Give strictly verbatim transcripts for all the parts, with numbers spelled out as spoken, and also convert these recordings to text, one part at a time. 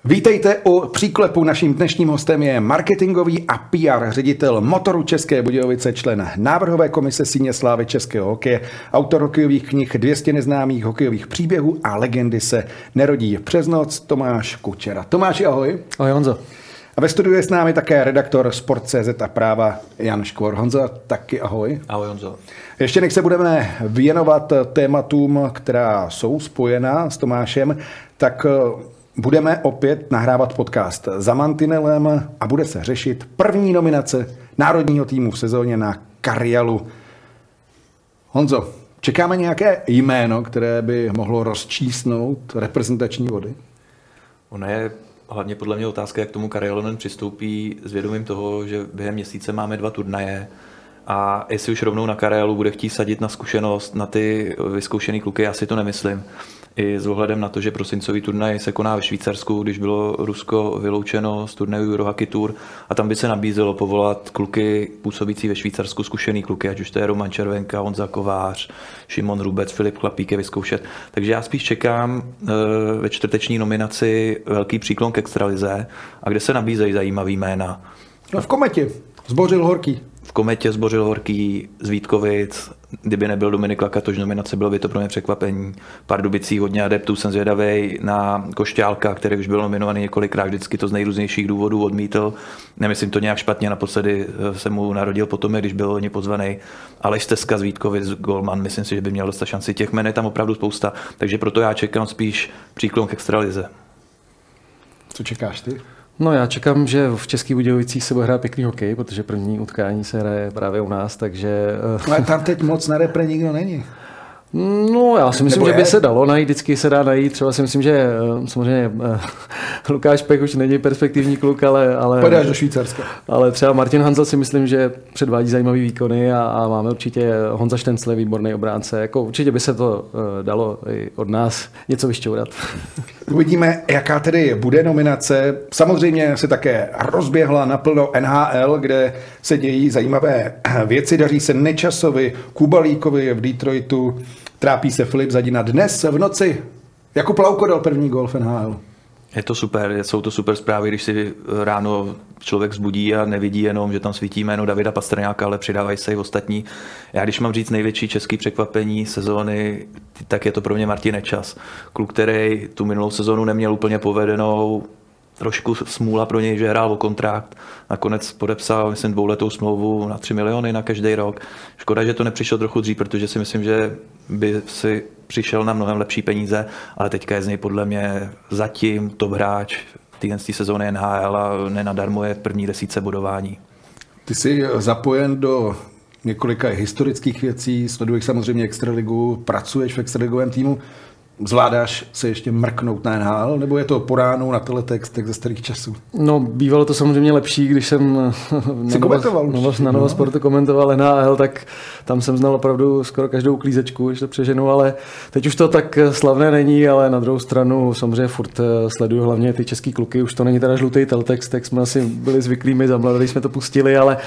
Vítejte u příklepu. Naším dnešním hostem je marketingový a P R ředitel Motoru České Budějovice, člen návrhové komise Síně slávy českého hokeje, autor hokejových knih dvě stě neznámých hokejových příběhů a legendy se nerodí přes noc, Tomáš Kučera. Tomáši, ahoj. Ahoj, Honzo. A ve studiu je s námi také redaktor Sport tečka cé zet a práva Jan Škvor. Honzo, taky ahoj. Ahoj, Honzo. Ještě než se budeme věnovat tématům, která jsou spojená s Tomášem, tak budeme opět nahrávat podcast za mantinelem a bude se řešit první nominace národního týmu v sezóně na Karjalu. Honzo, čekáme nějaké jméno, které by mohlo rozčísnout reprezentační vody? Ono je hlavně podle mě otázka, jak k tomu Karjalonen přistoupí s vědomím toho, že během měsíce máme dva turnaje a jestli už rovnou na Karjalu bude chtít sadit na zkušenost, na ty vyzkoušený kluky, já si to nemyslím. I s ohledem na to, že prosincový turnaj se koná ve Švýcarsku, když bylo Rusko vyloučeno z turnaje Eurohockey Tour a tam by se nabízelo povolat kluky působící ve Švýcarsku, zkušený kluky, ať už to je Roman Červenka, Honza Kovář, Šimon Hrubec, Filip Chlapík je vyzkoušet. Takže já spíš čekám ve čtvrteční nominaci velký příklon k extralize, a kde se nabízejí zajímavý jména. No v Kometě Zbořil Horký. V Kometě Zbořil Horký, z Vítkovic, kdyby nebyl Dominik Lakatoš nominace, bylo by to pro mě překvapení. Pardubicích hodně adeptů, jsem zvědavej na Košťálka, který už byl nominovaný několikrát, vždycky to z nejrůznějších důvodů odmítl. Nemyslím to nějak špatně, naposledy se mu narodil potom, když byl hodně pozvaný. Aleš Stezka z Vítkovic, golman, myslím si, že by měl dostat šanci. Těch jmen je tam opravdu spousta, takže proto já čekám spíš příklon k extralize. Co čekáš ty? No já čekám, že v Českých Budějovicích se bude hrát pěkný hokej, protože první utkání se hraje právě u nás, takže... Ale tam teď moc na repre nikdo není. No já si myslím, Nebo že by je? se dalo najít, vždycky se dá najít, třeba si myslím, že samozřejmě Lukáš Pech už není perspektivní kluk, ale... ale Pojď až do Švýcarska. Ale třeba Martin Hanzel si myslím, že předvádí zajímavý výkony a, a máme určitě Honza Štencle, výborný obránce, jako určitě by se to dalo i od nás něco vyšťourat. Uvidíme, jaká tedy bude nominace. Samozřejmě se také rozběhla naplno N H L, kde se dějí zajímavé věci. Daří se Nečasovi, Kubalíkovi v Detroitu, trápí se Filip Zadina. Dnes v noci Jakub Lauko dal první gól v N H L. Je to super, jsou to super zprávy, když si ráno člověk vzbudí a nevidí jenom, že tam svítí jméno Davida Pastrňáka, ale přidávají se i ostatní. Já když mám říct největší český překvapení sezóny, tak je to pro mě Martin Nečas. Kluk, který tu minulou sezónu neměl úplně povedenou, trošku smůla pro něj, že hrál o kontrakt. Nakonec podepsal, myslím, dvouletou smlouvu na tři miliony na každý rok. Škoda, že to nepřišlo trochu dřív, protože si myslím, že by si přišel na mnohem lepší peníze, ale teďka je z něj podle mě zatím top hráč téhle sezóny N H L a nenadarmo je v první desítce bodování. Ty jsi zapojen do několika historických věcí, sleduješ samozřejmě extraligu, pracuješ v extraligovém týmu. Zvládáš se ještě mrknout na N H L, nebo je to po ránu na teletextech ze starých časů? No, bývalo to samozřejmě lepší, když jsem Jsi komentoval na, na Nova Sportu komentoval N H L, tak tam jsem znal opravdu skoro každou klízečku, když to přeženu, ale teď už to tak slavné není, ale na druhou stranu samozřejmě furt sleduju hlavně ty český kluky, už to není teda žlutý teletext, tak jsme asi byli zvyklí, my za mladí jsme to pustili, ale,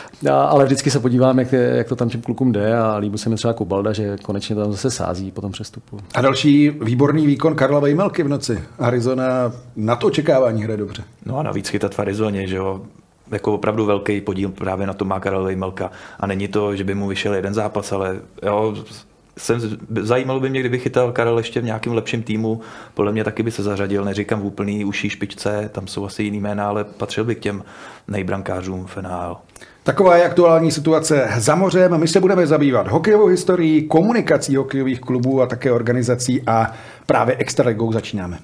ale vždycky se podívám, jak, jak to tam těm klukům jde a líbí se mi třeba Kubalda, že konečně tam zase sází po tom přestupu. A další výborný výkon Karla Vejmelky v noci. Arizona na to očekávání hraje dobře. No a navíc chytat v Arizoně, že jo. Jako opravdu velký podíl právě na to má Karel Vejmelka. A není to, že by mu vyšel jeden zápas, ale jo, jsem, zajímalo by mě, kdyby chytal Karel ještě v nějakém lepším týmu. Podle mě taky by se zařadil, neříkám v úplný užší špičce, tam jsou asi jiný jména, ale patřil by k těm nejbrankářům v N H L. Taková je aktuální situace za mořem. My se budeme zabývat hokejovou historií, komunikací hokejových klubů a také organizací a právě extraligou začínáme.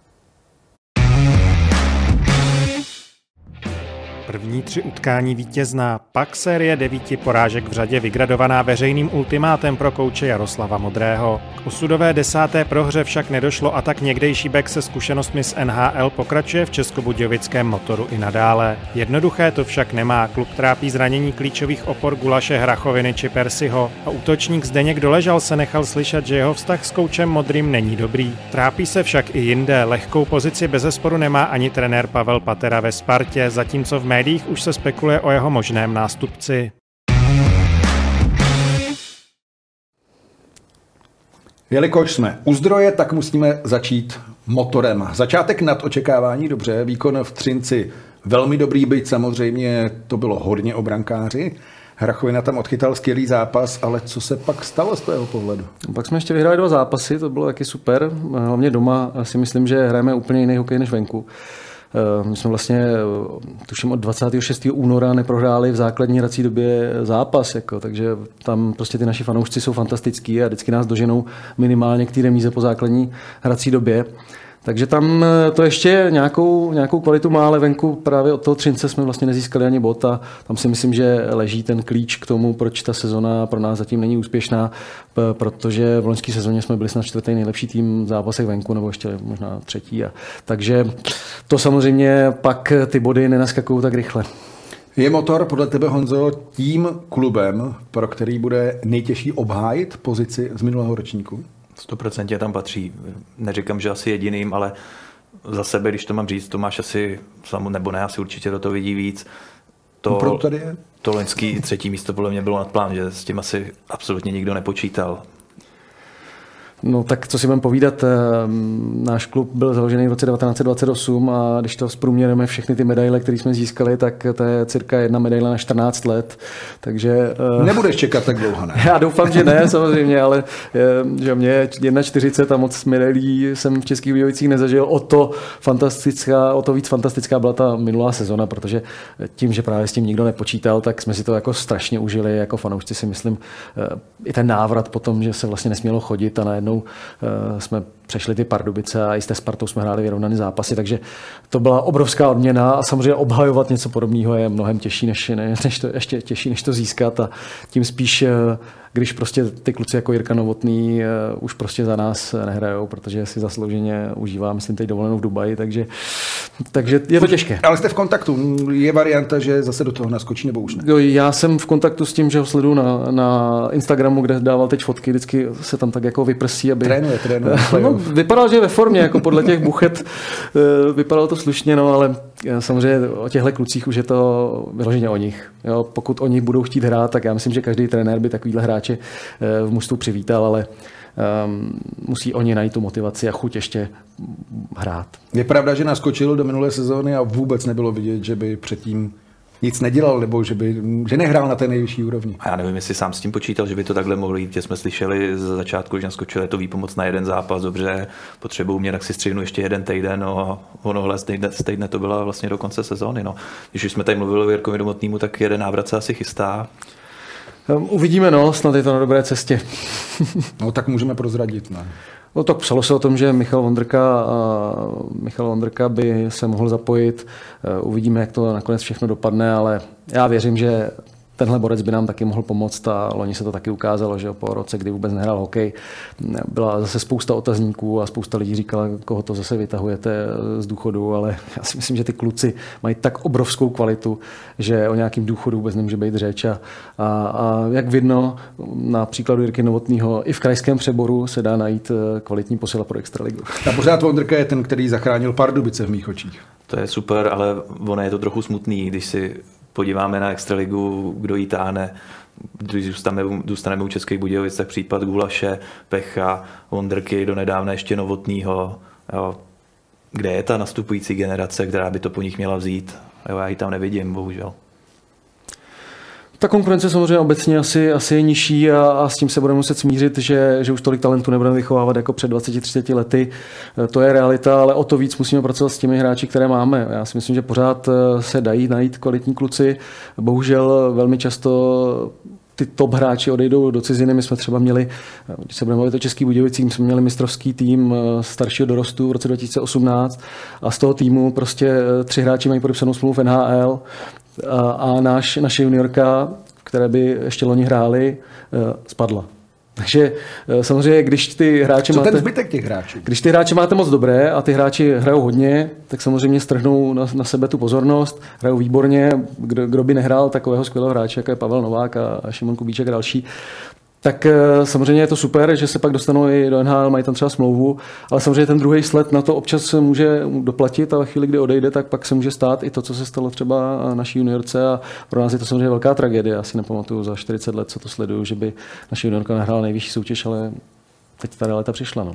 První tři utkání vítězná, pak série devíti porážek v řadě vygradovaná veřejným ultimátem pro kouče Jaroslava Modrého. K osudové desáté prohře však nedošlo a tak někdejší bek se zkušenostmi z N H L pokračuje v českobudějovickém Motoru i nadále. Jednoduché to však nemá, klub trápí zranění klíčových opor Gulaše, Hrachoviny či Persiho a útočník Zdeněk Doležal se nechal slyšet, že jeho vztah s koučem Modrým není dobrý. Trápí se však i jinde, lehkou pozici bezesporu nemá ani trenér Pavel Patera ve Spartě, zatímco v médiích už se spekuluje o jeho možném nástupci. Jelikož jsme u zdroje, tak musíme začít Motorem. Začátek nad očekávání, dobře, výkon v Třinci velmi dobrý, byť samozřejmě to bylo hodně o brankáři. Hrachovina tam odchytal skvělý zápas, ale co se pak stalo z tvého pohledu? Pak jsme ještě vyhráli dva zápasy, to bylo taky super. Hlavně doma si myslím, že hrajeme úplně jiný hokej než venku. My jsme vlastně, tuším, od dvacátého šestého února neprohráli v základní hrací době zápas, jako, takže tam prostě ty naši fanoušci jsou fantastický a vždycky nás doženou minimálně k té remíze po základní hrací době. Takže tam to ještě nějakou, nějakou kvalitu má, ale venku právě od toho Třince jsme vlastně nezískali ani bod a tam si myslím, že leží ten klíč k tomu, proč ta sezona pro nás zatím není úspěšná, protože v loňské sezóně jsme byli snad čtvrtý nejlepší tým v zápasech venku, nebo ještě možná třetí. A, takže to samozřejmě pak ty body nenaskakují tak rychle. Je Motor podle tebe, Honzo, tím klubem, pro který bude nejtěžší obhájit pozici z minulého ročníku? sto procent tam patří. Neříkám, že asi jediným, ale za sebe, když to mám říct, to máš asi, nebo ne, asi určitě do toho vidí víc. To, no tady je. To loňský třetí místo podle mě bylo nad plán, že s tím asi absolutně nikdo nepočítal. No tak co si budeme povídat, náš klub byl založený v roce devatenáct set dvacet osm a když to zprůměrujeme všechny ty medaile, které jsme získali, tak to je cirka jedna medaile na čtrnáct let. Takže nebudeš čekat tak dlouho, ne? Já doufám, že ne, samozřejmě, ale že mě čtyřicet jedna a moc medailí jsem v Českých Budějovicích nezažil. O to fantastická, o to víc fantastická byla ta minulá sezona, protože tím, že právě s tím nikdo nepočítal, tak jsme si to jako strašně užili, jako fanoušci si myslím, i ten návrat potom, že se vlastně nesmělo chodit a najednou jsme přešli ty Pardubice a i s té Spartou jsme hráli vyrovnané zápasy, takže to byla obrovská odměna a samozřejmě obhajovat něco podobného je mnohem těžší, než, než to, ještě těžší, než to získat a tím spíš, když prostě ty kluci jako Jirka Novotný už prostě za nás nehrajou, protože si zaslouženě užívá, myslím, teď dovolenou v Dubaji, takže, takže je to těžké. Ale jste v kontaktu, je varianta, že zase do toho naskočí nebo už ne? Jo, já jsem v kontaktu s tím, že ho sleduju na, na Instagramu, kde dával teď fotky, vždycky se tam tak jako vyprsí, aby... Trénuje, trénuje. No, vypadal, že je ve formě, jako podle těch buchet, vypadalo to slušně, no, ale samozřejmě o těchto klucích už je to vyloženě o nich. Jo, pokud oni budou chtít hrát, tak já myslím, že každý trenér by takovýhle hráče v mužstvu přivítal, ale um, musí oni najít tu motivaci a chuť ještě hrát. Je pravda, že naskočil do minulé sezóny a vůbec nebylo vidět, že by předtím nic nedělal, nebo že, by, že nehrál na té nejvyšší úrovni. A já nevím, jestli sám s tím počítal, že by to takhle mohlo jít. Jsme slyšeli z začátku, že naskočil, je to výpomoc na jeden zápas, dobře, potřebuju mě, tak si střihnu ještě jeden týden, no, onohle z týdne, z týdne to byla vlastně do konce sezóny. No. Když už jsme tady mluvili o Jirkovi Novotnýmu, tak jeden návrat se asi chystá. Uvidíme, no, snad je to na dobré cestě. No tak můžeme prozradit, ne? No tak psalo se o tom, že Michal Vondrka, Michal Vondrka by se mohl zapojit. Uvidíme, jak to nakonec všechno dopadne, ale já věřím, že tenhle borec by nám taky mohl pomoct a loni se to taky ukázalo, že po roce, kdy vůbec nehrál hokej, byla zase spousta otazníků a spousta lidí říkala, koho to zase vytahujete z důchodu, ale já si myslím, že ty kluci mají tak obrovskou kvalitu, že o nějakým důchodu vůbec nemůže být řeč a, a, a jak vidno na příkladu Jirky Novotnýho, i v krajském přeboru se dá najít kvalitní posila pro extraligu. A pořád Vondrka je ten, který zachránil Pardubice v mých očích. To je super, ale ono je to trochu smutný, když si podíváme na extraligu, kdo jí táhne. Když zůstaneme, zůstaneme u Českých Budějovic, tak případ Gulaše, Pecha, Vondrky, do nedávna ještě Novotnýho. Jo. Kde je ta nastupující generace, která by to po nich měla vzít? Jo, já ji tam nevidím, bohužel. Ta konkurence samozřejmě obecně asi, asi je nižší a, a s tím se budeme muset smířit, že, že už tolik talentu nebudeme vychovávat jako před dvaceti třiceti lety. To je realita, ale o to víc musíme pracovat s těmi hráči, které máme. Já si myslím, že pořád se dají najít kvalitní kluci. Bohužel velmi často ty top hráči odejdou do ciziny. My jsme třeba měli, když se budeme mluvit o Českých Budějovicích, jsme měli mistrovský tým staršího dorostu v roce dva tisíce osmnáct a z toho týmu prostě tři hráči mají podepsanou smlouvu v N H L a, a náš, naše juniorka, které by ještě loni hráli, spadla. Takže samozřejmě, když ty hráči Co máte... ten zbytek těch hráčů? Když ty hráči máte moc dobré a ty hráči hrajou hodně, tak samozřejmě strhnou na, na sebe tu pozornost, hrajou výborně. Kdo, kdo by nehrál takového skvělého hráče, jako je Pavel Novák a, a Šimon Kubíček a další, tak samozřejmě je to super, že se pak dostanou i do N H L, mají tam třeba smlouvu, ale samozřejmě ten druhý sled na to občas se může doplatit a ve chvíli, kdy odejde, tak pak se může stát i to, co se stalo třeba naší juniorce a pro nás je to samozřejmě velká tragédie. Já si nepamatuju za čtyřicet let, co to sleduju, že by naše juniorka nehrála nejvyšší soutěž, ale teď ta realita přišla. No.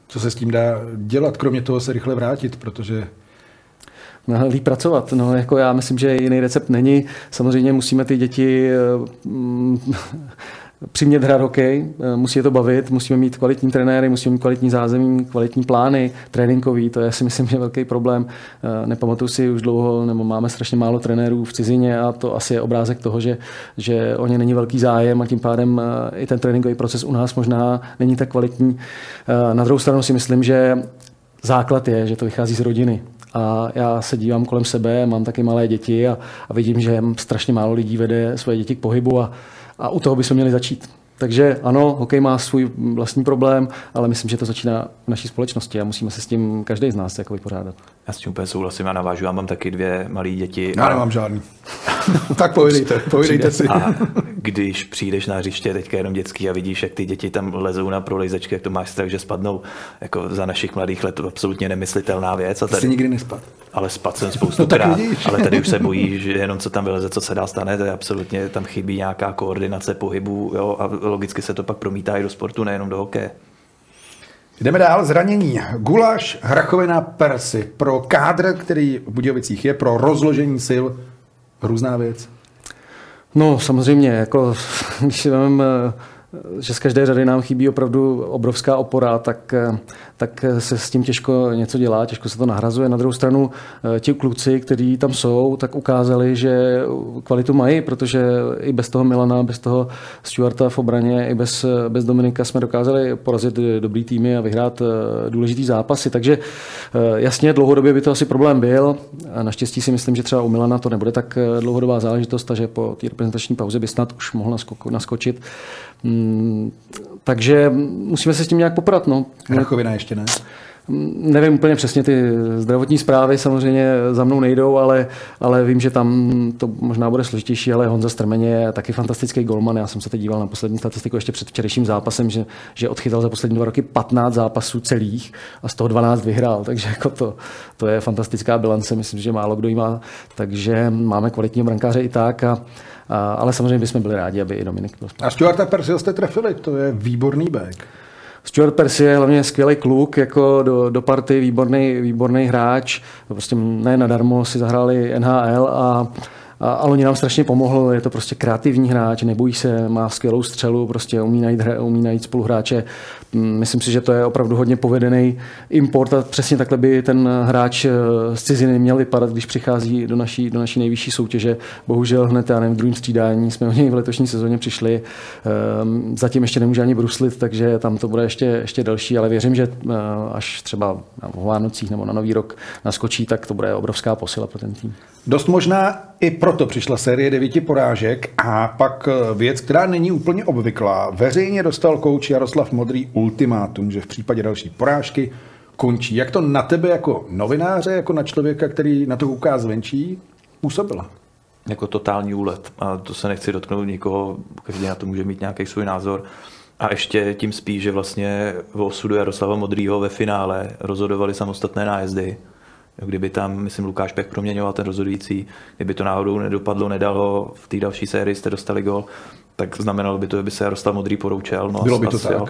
Co se s tím dá dělat, kromě toho se rychle vrátit, protože... No, líp pracovat. No, jako já myslím, že jiný recept není. Samozřejmě musíme ty děti mm, přimět hrát hokej, musí je to bavit, musíme mít kvalitní trenéry, musíme mít kvalitní zázemí, kvalitní plány, tréninkový, to je si myslím, že velký problém. Nepamatuju si už dlouho, nebo máme strašně málo trenérů v cizině a to asi je obrázek toho, že, že o ně není velký zájem a tím pádem i ten tréninkový proces u nás možná není tak kvalitní. Na druhou stranu si myslím, že základ je, že to vychází z rodiny. A já se dívám kolem sebe, mám taky malé děti a, a vidím, že strašně málo lidí vede svoje děti k pohybu a, a u toho bychom měli začít. Takže ano, hokej má svůj vlastní problém, ale myslím, že to začíná v naší společnosti a musíme se s tím každý z nás jako vypořádat. Já s tím úplně souhlasím a navážu. Já mám taky dvě malé děti. Já nemám žádný. Tak povídejte, povídejte si. A když přijdeš na hřiště, teďka jenom dětský a vidíš, jak ty děti tam lezou na prolejzačky, jak to máš strach, že spadnou, jako za našich mladých let to absolutně nemyslitelná věc. A tady... Jsi nikdy nespad. Ale spad jsem spoustukrát, no ale tady už se bojí, že jenom co tam vyleze, co se dá stane, to je absolutně, tam chybí nějaká koordinace pohybu, jo, a logicky se to pak promítá i do sportu, nejenom do hokeje. Jdeme dál, zranění. Guláš, Hrachovina, Persy. Pro kádr, který v Budějovicích je, pro rozložení sil, různá věc. No samozřejmě, jako když si vem, že z každé řady nám chybí opravdu obrovská opora, tak, tak se s tím těžko něco dělá, těžko se to nahrazuje. Na druhou stranu ti kluci, kteří tam jsou, tak ukázali, že kvalitu mají, protože i bez toho Milana, bez toho Stuarta v obraně, i bez, bez Dominika jsme dokázali porazit dobrý týmy a vyhrát důležitý zápasy. Takže jasně, dlouhodobě by to asi problém byl. A naštěstí si myslím, že třeba u Milana to nebude tak dlouhodobá záležitost, a že po té reprezentační pauze by snad už mohl naskočit. Takže musíme se s tím nějak poprat. No. Hrachovina ještě ne? Nevím úplně přesně, ty zdravotní zprávy samozřejmě za mnou nejdou, ale, ale vím, že tam to možná bude složitější, ale Honza Strmeně je taky fantastický golman. Já jsem se teď díval na poslední statistiku ještě před včerejším zápasem, že, že odchytal za poslední dva roky patnáct zápasů celých a z toho dvanáct vyhrál, takže jako to, to je fantastická bilance, myslím, že málo kdo jí má, takže máme kvalitní brankáře i tak, a, a, ale samozřejmě bychom byli rádi, aby i Dominik byl. A Stuarta Persy jste trefili, to je výborný back. Stuart Persy je hlavně skvělý kluk, jako do, do party, výborný, výborný hráč. Prostě ne nadarmo si zahráli N H L a, a, a oni nám strašně pomohl. Je to prostě kreativní hráč, nebojí se, má skvělou střelu, prostě umí najít, umí najít spoluhráče. Myslím si, že to je opravdu hodně povedený import a přesně takhle by ten hráč z ciziny měl vypadat, když přichází do naší, do naší nejvyšší soutěže. Bohužel hned, já nevím, v druhém střídání jsme o něj v letošní sezóně přišli. Zatím ještě nemůže ani bruslit, takže tam to bude ještě, ještě další, ale věřím, že až třeba v Vánocích nebo na Nový rok naskočí, tak to bude obrovská posila pro ten tým. Dost možná i proto přišla série devíti porážek a pak věc, která není úplně obvyklá. Veřejně dostal kouč Jaroslav Modrý ultimátum, že v případě další porážky končí. Jak to na tebe jako novináře, jako na člověka, který na to kouká zvenčí, působila? Jako totální úlet. A to se nechci dotknout nikoho, každý na to může mít nějaký svůj názor. A ještě tím spíš, že vlastně v osudu Jaroslava Modrýho ve finále rozhodovali samostatné nájezdy. Kdyby tam, myslím, Lukáš Pech proměňoval ten rozhodující, kdyby to náhodou nedopadlo, nedal ho, v té další sérii jste dostali gol, tak znamenalo by to, že by se Jaroslav Modrý poroučel. No, Bylo by to tak? Jo.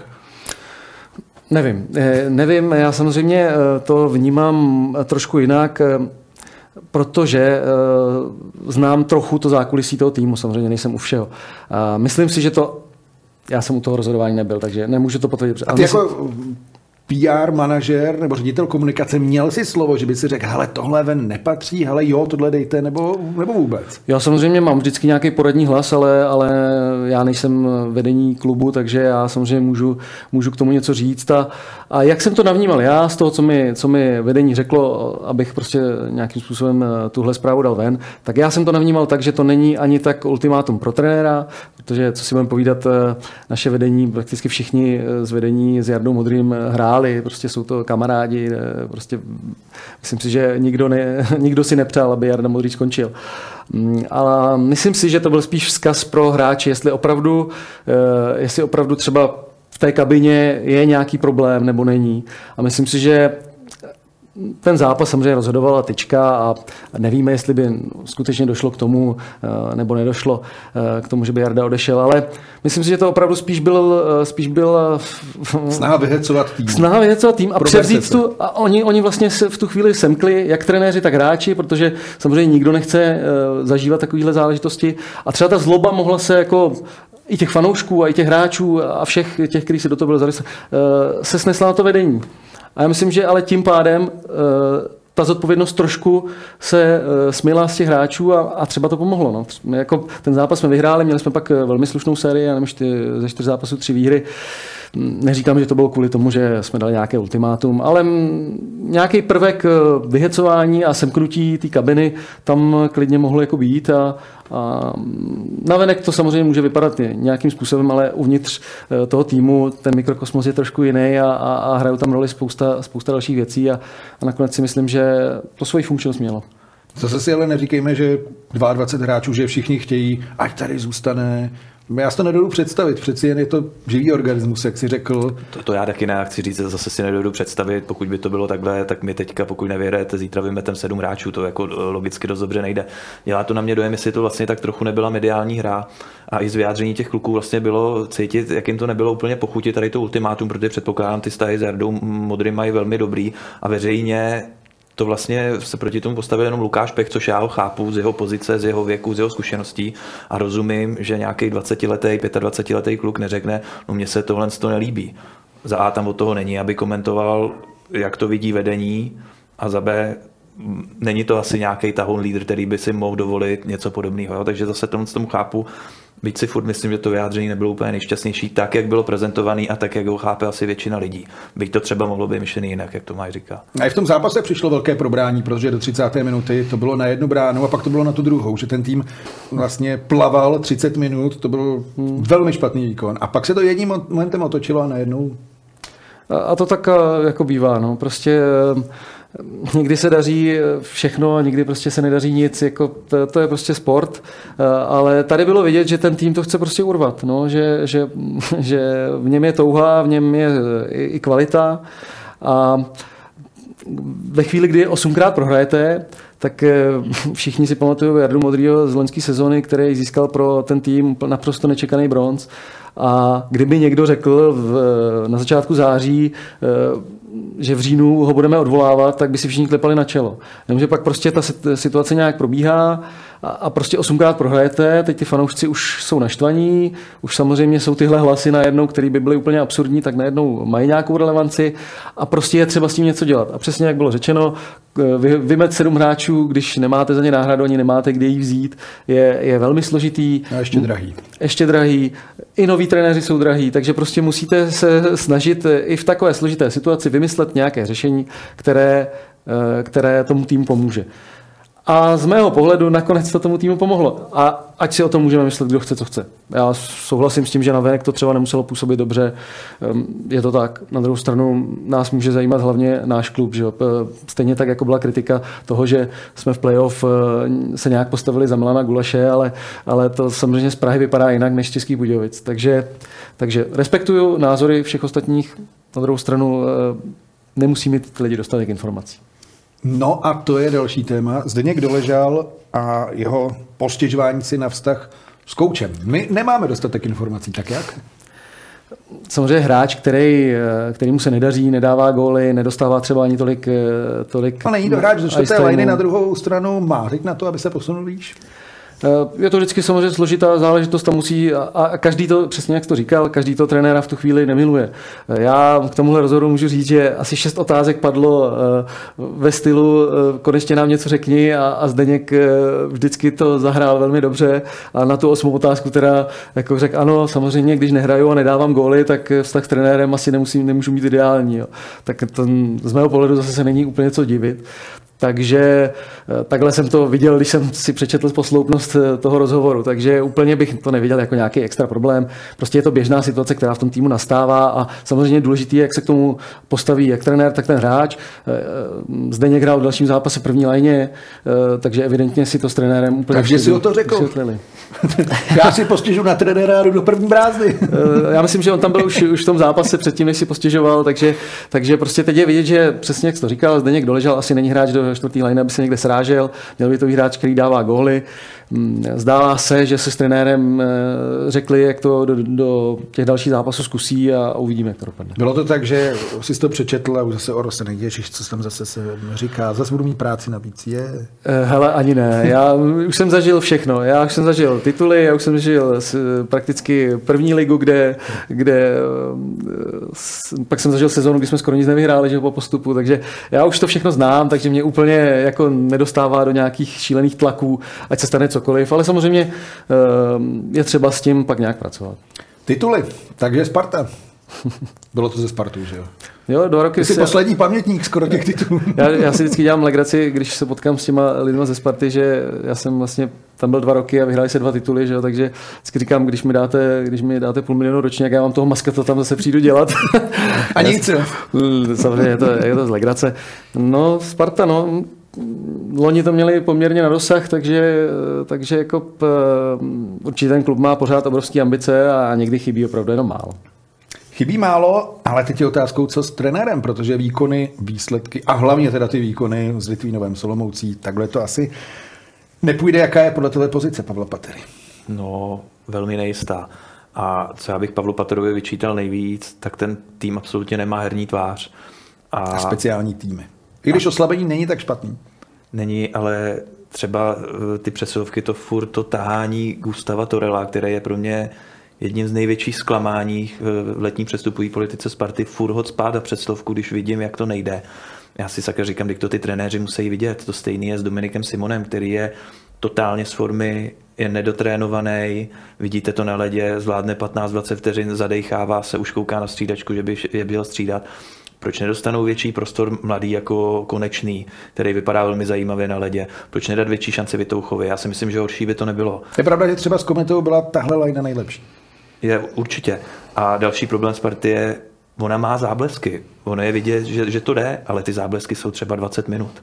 Nevím. Nevím, já samozřejmě to vnímám trošku jinak, protože znám trochu to zákulisí toho týmu, samozřejmě nejsem u všeho. Myslím si, že to, já jsem u toho rozhodování nebyl, takže nemůžu to potvrdit. A ty jako P R manažer nebo ředitel komunikace měl si slovo, že by si řekl, hele, tohle ven nepatří, hele, jo, tohle dejte, nebo, nebo vůbec? Já samozřejmě mám vždycky nějaký poradní hlas, ale, ale já nejsem vedení klubu, takže já samozřejmě můžu, můžu k tomu něco říct. A, a jak jsem to navnímal já z toho, co mi, co mi vedení řeklo, abych prostě nějakým způsobem tuhle zprávu dal ven, tak já jsem to navnímal tak, že to není ani tak ultimátum pro trenéra, protože, co si budeme povídat, naše vedení, prakticky všichni z vedení s Jardou Modrým hráli, prostě jsou to kamarádi, prostě myslím si, že nikdo, ne, nikdo si nepřál, aby Jarda Modrý skončil. Ale myslím si, že to byl spíš vzkaz pro hráče, jestli opravdu, jestli opravdu třeba v té kabině je nějaký problém nebo není. A myslím si, že ten zápas samozřejmě rozhodovala tyčka a nevíme, jestli by skutečně došlo k tomu, nebo nedošlo k tomu, že by Jarda odešel, ale myslím si, že to opravdu spíš byl, spíš byl snaha vyhecovat tým. Snaha vyhecovat tým a převzít tu, a oni, oni vlastně se v tu chvíli semkli, jak trenéři, tak hráči, protože samozřejmě nikdo nechce zažívat takovéhle záležitosti a třeba ta zloba mohla se jako i těch fanoušků a i těch hráčů a všech těch, kteří si do toho byli zarysovat, se snesla na to vedení. A já myslím, že ale tím pádem ta zodpovědnost trošku se smyla z těch hráčů a, a třeba to pomohlo. No. Jako ten zápas jsme vyhráli, měli jsme pak velmi slušnou sérii, já nevím, ze čtyř zápasů tři výhry. Neříkám, že to bylo kvůli tomu, že jsme dali nějaké ultimátum, ale nějaký prvek vyhecování a semknutí té kabiny tam klidně mohlo jako být a, a navenek to samozřejmě může vypadat nějakým způsobem, ale uvnitř toho týmu ten mikrokosmos je trošku jiný a, a, a hrajou tam roli spousta, spousta dalších věcí a, a nakonec si myslím, že to svoji funkčnost mělo. Zase si ale neříkejme, že dvacet dva hráčů, že všichni chtějí, ať tady zůstane. Já si to nedodu představit, přeci jen je to živý organismus, jak si řekl. To, to já taky ne, chci říct, zase si nedodu představit, pokud by to bylo takhle, tak my teďka, pokud nevyhrajete, zítra vymetem sedm hráčů, to jako logicky dost dobře nejde. Dělá to na mě dojem, jestli to vlastně tak trochu nebyla mediální hra a i z vyjádření těch kluků vlastně bylo cítit, jak jim to nebylo úplně pochutit tady to ultimátum, protože předpokládám, ty vztahy s Jardou Modrým mají velmi dobrý a veřejně to vlastně se proti tomu postavil jenom Lukáš Pech, což já ho chápu z jeho pozice, z jeho věku, z jeho zkušeností a rozumím, že nějaký dvacetiletý, pětadvacetiletý kluk neřekne, no mně se tohle to nelíbí. Za A tam od toho není, aby komentoval, jak to vidí vedení a za B není to asi nějaký tahoun lídr, který by si mohl dovolit něco podobného. Takže zase tomu, tomu chápu. Byť si furt myslím, že to vyjádření nebylo úplně nejšťastnější, tak, jak bylo prezentovaný a tak, jak ho chápe asi většina lidí. Byť to třeba mohlo být myšlený jinak, jak to Maj říká. A i v tom zápase přišlo velké probrání, protože do třicáté minuty to bylo na jednu bránu a pak to bylo na tu druhou, že ten tým vlastně plaval třicet minut, to byl hmm. velmi špatný výkon. A pak se to jedním momentem otočilo a najednou... A to tak jako bývá, no. Prostě někdy se daří všechno a někdy prostě se nedaří nic, jako to, to je prostě sport, ale tady bylo vidět, že ten tým to chce prostě urvat, no, že, že, že v něm je touha, v něm je i kvalita a ve chvíli, kdy osmkrát prohrajete, tak všichni si pamatují Jardu Modrýho z loňské sezóny, který získal pro ten tým naprosto nečekaný bronz. A kdyby někdo řekl v, na začátku září, že v říjnu ho budeme odvolávat, tak by si všichni klepali na čelo. Jenomže pak prostě ta situace nějak probíhá a, a prostě osmkrát prohrajete, teď ty fanoušci už jsou naštvaní, už samozřejmě jsou tyhle hlasy najednou, které by byly úplně absurdní, tak najednou mají nějakou relevanci a prostě je třeba s tím něco dělat. A přesně jak bylo řečeno, vy, vymet sedm hráčů, když nemáte za ně náhradu, ani nemáte kde jí vzít, je, je velmi složitý. A ještě drahý. Ještě drahý. I noví trenéři jsou drahý, takže prostě musíte se snažit i v takové složité situaci vymyslet nějaké řešení, které, které tomu týmu pomůže. A z mého pohledu nakonec to tomu týmu pomohlo. A ať si o tom můžeme myslet, kdo chce, co chce. Já souhlasím s tím, že navenek to třeba nemuselo působit dobře. Je to tak. Na druhou stranu nás může zajímat hlavně náš klub. Že? Stejně tak, jako byla kritika toho, že jsme v playoff se nějak postavili za Milana Gulaše, ale, ale to samozřejmě z Prahy vypadá jinak než z Českých Budějovic. Takže, takže respektuju názory všech ostatních. Na druhou stranu nemusí mít ty lidi dostatek informací. No a to je další téma. Zdeněk Doležal a jeho postěžování si na vztah s koučem. My nemáme dostatek informací, tak jak? Samozřejmě hráč, který, kterýmu se nedaří, nedává góly, nedostává třeba ani tolik... tolik a není to hráč ze čtvrté lajny, na druhou stranu má teď na to, aby se posunul výš? Je to vždycky samozřejmě složitá záležitost, tam musí, a každý to, přesně jak to říkal, každý to trenéra v tu chvíli nemiluje. Já k tomuhle rozhodu můžu říct, že asi šest otázek padlo ve stylu konečně nám něco řekni a, a Zdeněk vždycky to zahrál velmi dobře a na tu osmou otázku teda jako řekl ano, samozřejmě, když nehraju a nedávám góly, tak vztah s trenérem asi nemusím, nemůžu mít ideální. Jo. Tak to z mého pohledu zase se není úplně co divit. Takže takhle jsem to viděl, když jsem si přečetl posloupnost toho rozhovoru, takže úplně bych to neviděl jako nějaký extra problém. Prostě je to běžná situace, která v tom týmu nastává a samozřejmě důležitý je, jak se k tomu postaví jak trenér, tak ten hráč. Zdeněk hrál v dalším zápase první lajně, takže evidentně si to s trenérem úplně takže si o to řekl. Vysvětlili. Já si postěžu na trenéra do první brázdy. Já myslím, že on tam byl už, už v tom zápase předtím, než si postěžoval, takže, takže prostě teď je vidět, že přesně jak jsi to říkal, Zdeněk doležel, asi není hráč do čtvrtý line, aby se někde srážel, měl by to být hráč, který dává góly. Zdává se, že se s trenérem řekli, jak to do, do těch dalších zápasů zkusí a uvidíme, jak to dopadne. Bylo to tak, že jsi to přečetl a už zase o se neděšíš, co tam zase se říká, zase budu mít práci navíc, je? Hele, ani ne, já už jsem zažil všechno, já už jsem zažil tituly, já už jsem zažil prakticky první ligu, kde, kde pak jsem zažil sezónu, kdy jsme skoro nic nevyhráli, že po postupu, takže já už to všechno znám, takže mě úplně jako nedostává do nějakých šílených tlaků, ať se stane cokoliv, ale samozřejmě je třeba s tím pak nějak pracovat. Tituly, takže Sparta. Bylo to ze Spartu, že jo? Jo, dva roky. Ty jsi se... poslední pamětník skoro těch titulů. Já, já si vždycky dělám legraci, když se potkám s těma lidma ze Sparty, že já jsem vlastně tam byl dva roky a vyhráli se dva tituly, že jo? Takže vždycky říkám, když mi dáte, když mi dáte půl milionu ročně, jak já mám toho maskata tam zase přijdu dělat. A nic, jo? Samozřejmě je to, je to z legrace. No, Sparta, no. Loni to měli poměrně na dosah, takže, takže jako p, určitě ten klub má pořád obrovské ambice a někdy chybí opravdu jenom málo. Chybí málo, ale teď je otázkou, co s trenérem, protože výkony, výsledky a hlavně teda ty výkony s Litvínovem, Olomoucí, takhle to asi nepůjde. Jaká je podle tebe pozice Pavla Patery? No, velmi nejistá. A co já bych Pavlu Paterovi vyčítal nejvíc, tak ten tým absolutně nemá herní tvář. A, a speciální týmy. I když oslabení není tak špatný. Není, ale třeba ty přesilovky, to furt to tahání Gustava Torella, které je pro mě jedním z největších zklamání v letní přestupové politice Sparty, furt hod spát a přesilovku, když vidím, jak to nejde. Já si sakra říkám, že to ty trenéři musí vidět. To stejný je s Dominikem Simonem, který je totálně z formy, je nedotrénovaný, vidíte to na ledě, zvládne patnáct dvacet vteřin, zadejchává se, už kouká na střídačku, že by je měl střídat. Proč nedostanou větší prostor mladý jako Konečný, který vypadá velmi zajímavě na ledě? Proč nedat větší šanci Vitouchovi? Já si myslím, že horší by to nebylo. Je pravda, že třeba s Kometou byla tahle lajna nejlepší. Je určitě. A další problém Sparty je, ona má záblesky. Ono je vidět, že, že to jde, ale ty záblesky jsou třeba dvacet minut.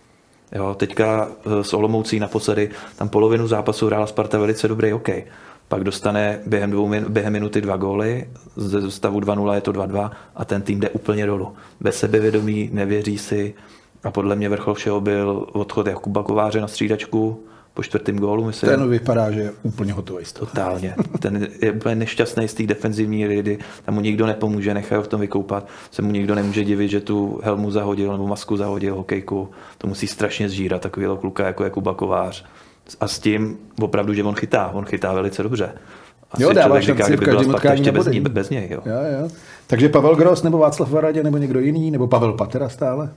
Jo, teďka s Olomoucí naposledy, tam polovinu zápasu hrála Sparta velice dobrý hokej. Pak dostane během, dvou, během minuty dva góly, ze stavu dva nula je to dva dva a ten tým jde úplně dolů. Bez sebevědomí, nevěří si a podle mě vrchol všeho byl odchod Jakuba Kováře na střídačku po čtvrtém gólu. Myslím. Ten vypadá, že je úplně hotový. Totálně. Ten je úplně nešťastný z té defenzivní ridy, tam mu nikdo nepomůže, nechají ho v tom vykoupat. Se mu nikdo nemůže divit, že tu helmu zahodil nebo masku zahodil, hokejku. To musí strašně zžírat takovýhle kluka jako Jakuba Kovář. A s tím opravdu, že on chytá, on chytá velice dobře. Asi jo, dává šanci říká, v každém utkání bez, ní, bez něj. Jo. Jo, jo. Takže Pavel Gross nebo Václav Varadě nebo někdo jiný, nebo Pavel Patera stále?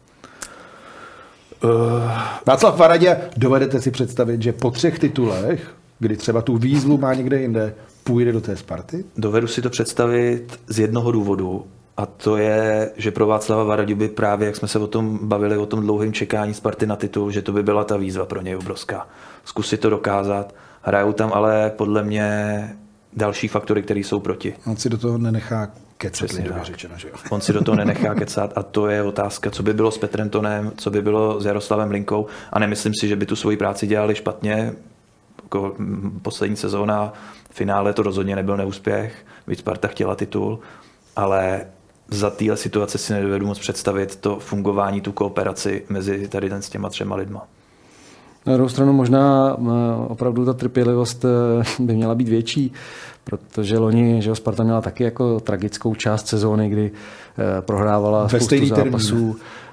Uh... Václav Varadě, dovedete si představit, že po třech titulech, kdy třeba tu výzvu má někde jinde, půjde do té Sparty? Dovedu si to představit z jednoho důvodu. A to je, že pro Václava Varadu by právě, jak jsme se o tom bavili, o tom dlouhém čekání Sparty na titul, že to by byla ta výzva pro něj obrovská. Zkusit to dokázat. Hrajou tam ale podle mě další faktory, které jsou proti. On si do toho nenechá kecat, lidově řečeno, že jo? On si do toho nenechá kecat a to je otázka, co by bylo s Petrem Tonem, co by bylo s Jaroslavem Linkou a nemyslím si, že by tu svoji práci dělali špatně. Jako poslední sezóna, v finále to rozhodně nebyl neúspěch, víc Sparta chtěla titul, ale za téhle situace si nedovedu moc představit to fungování, tu kooperaci mezi tady ten s těma třema lidma. Na druhou stranu možná opravdu ta trpělivost by měla být větší, protože loni, že Sparta měla taky jako tragickou část sezóny, kdy prohrávala Ve spoustu zápasů. Termín.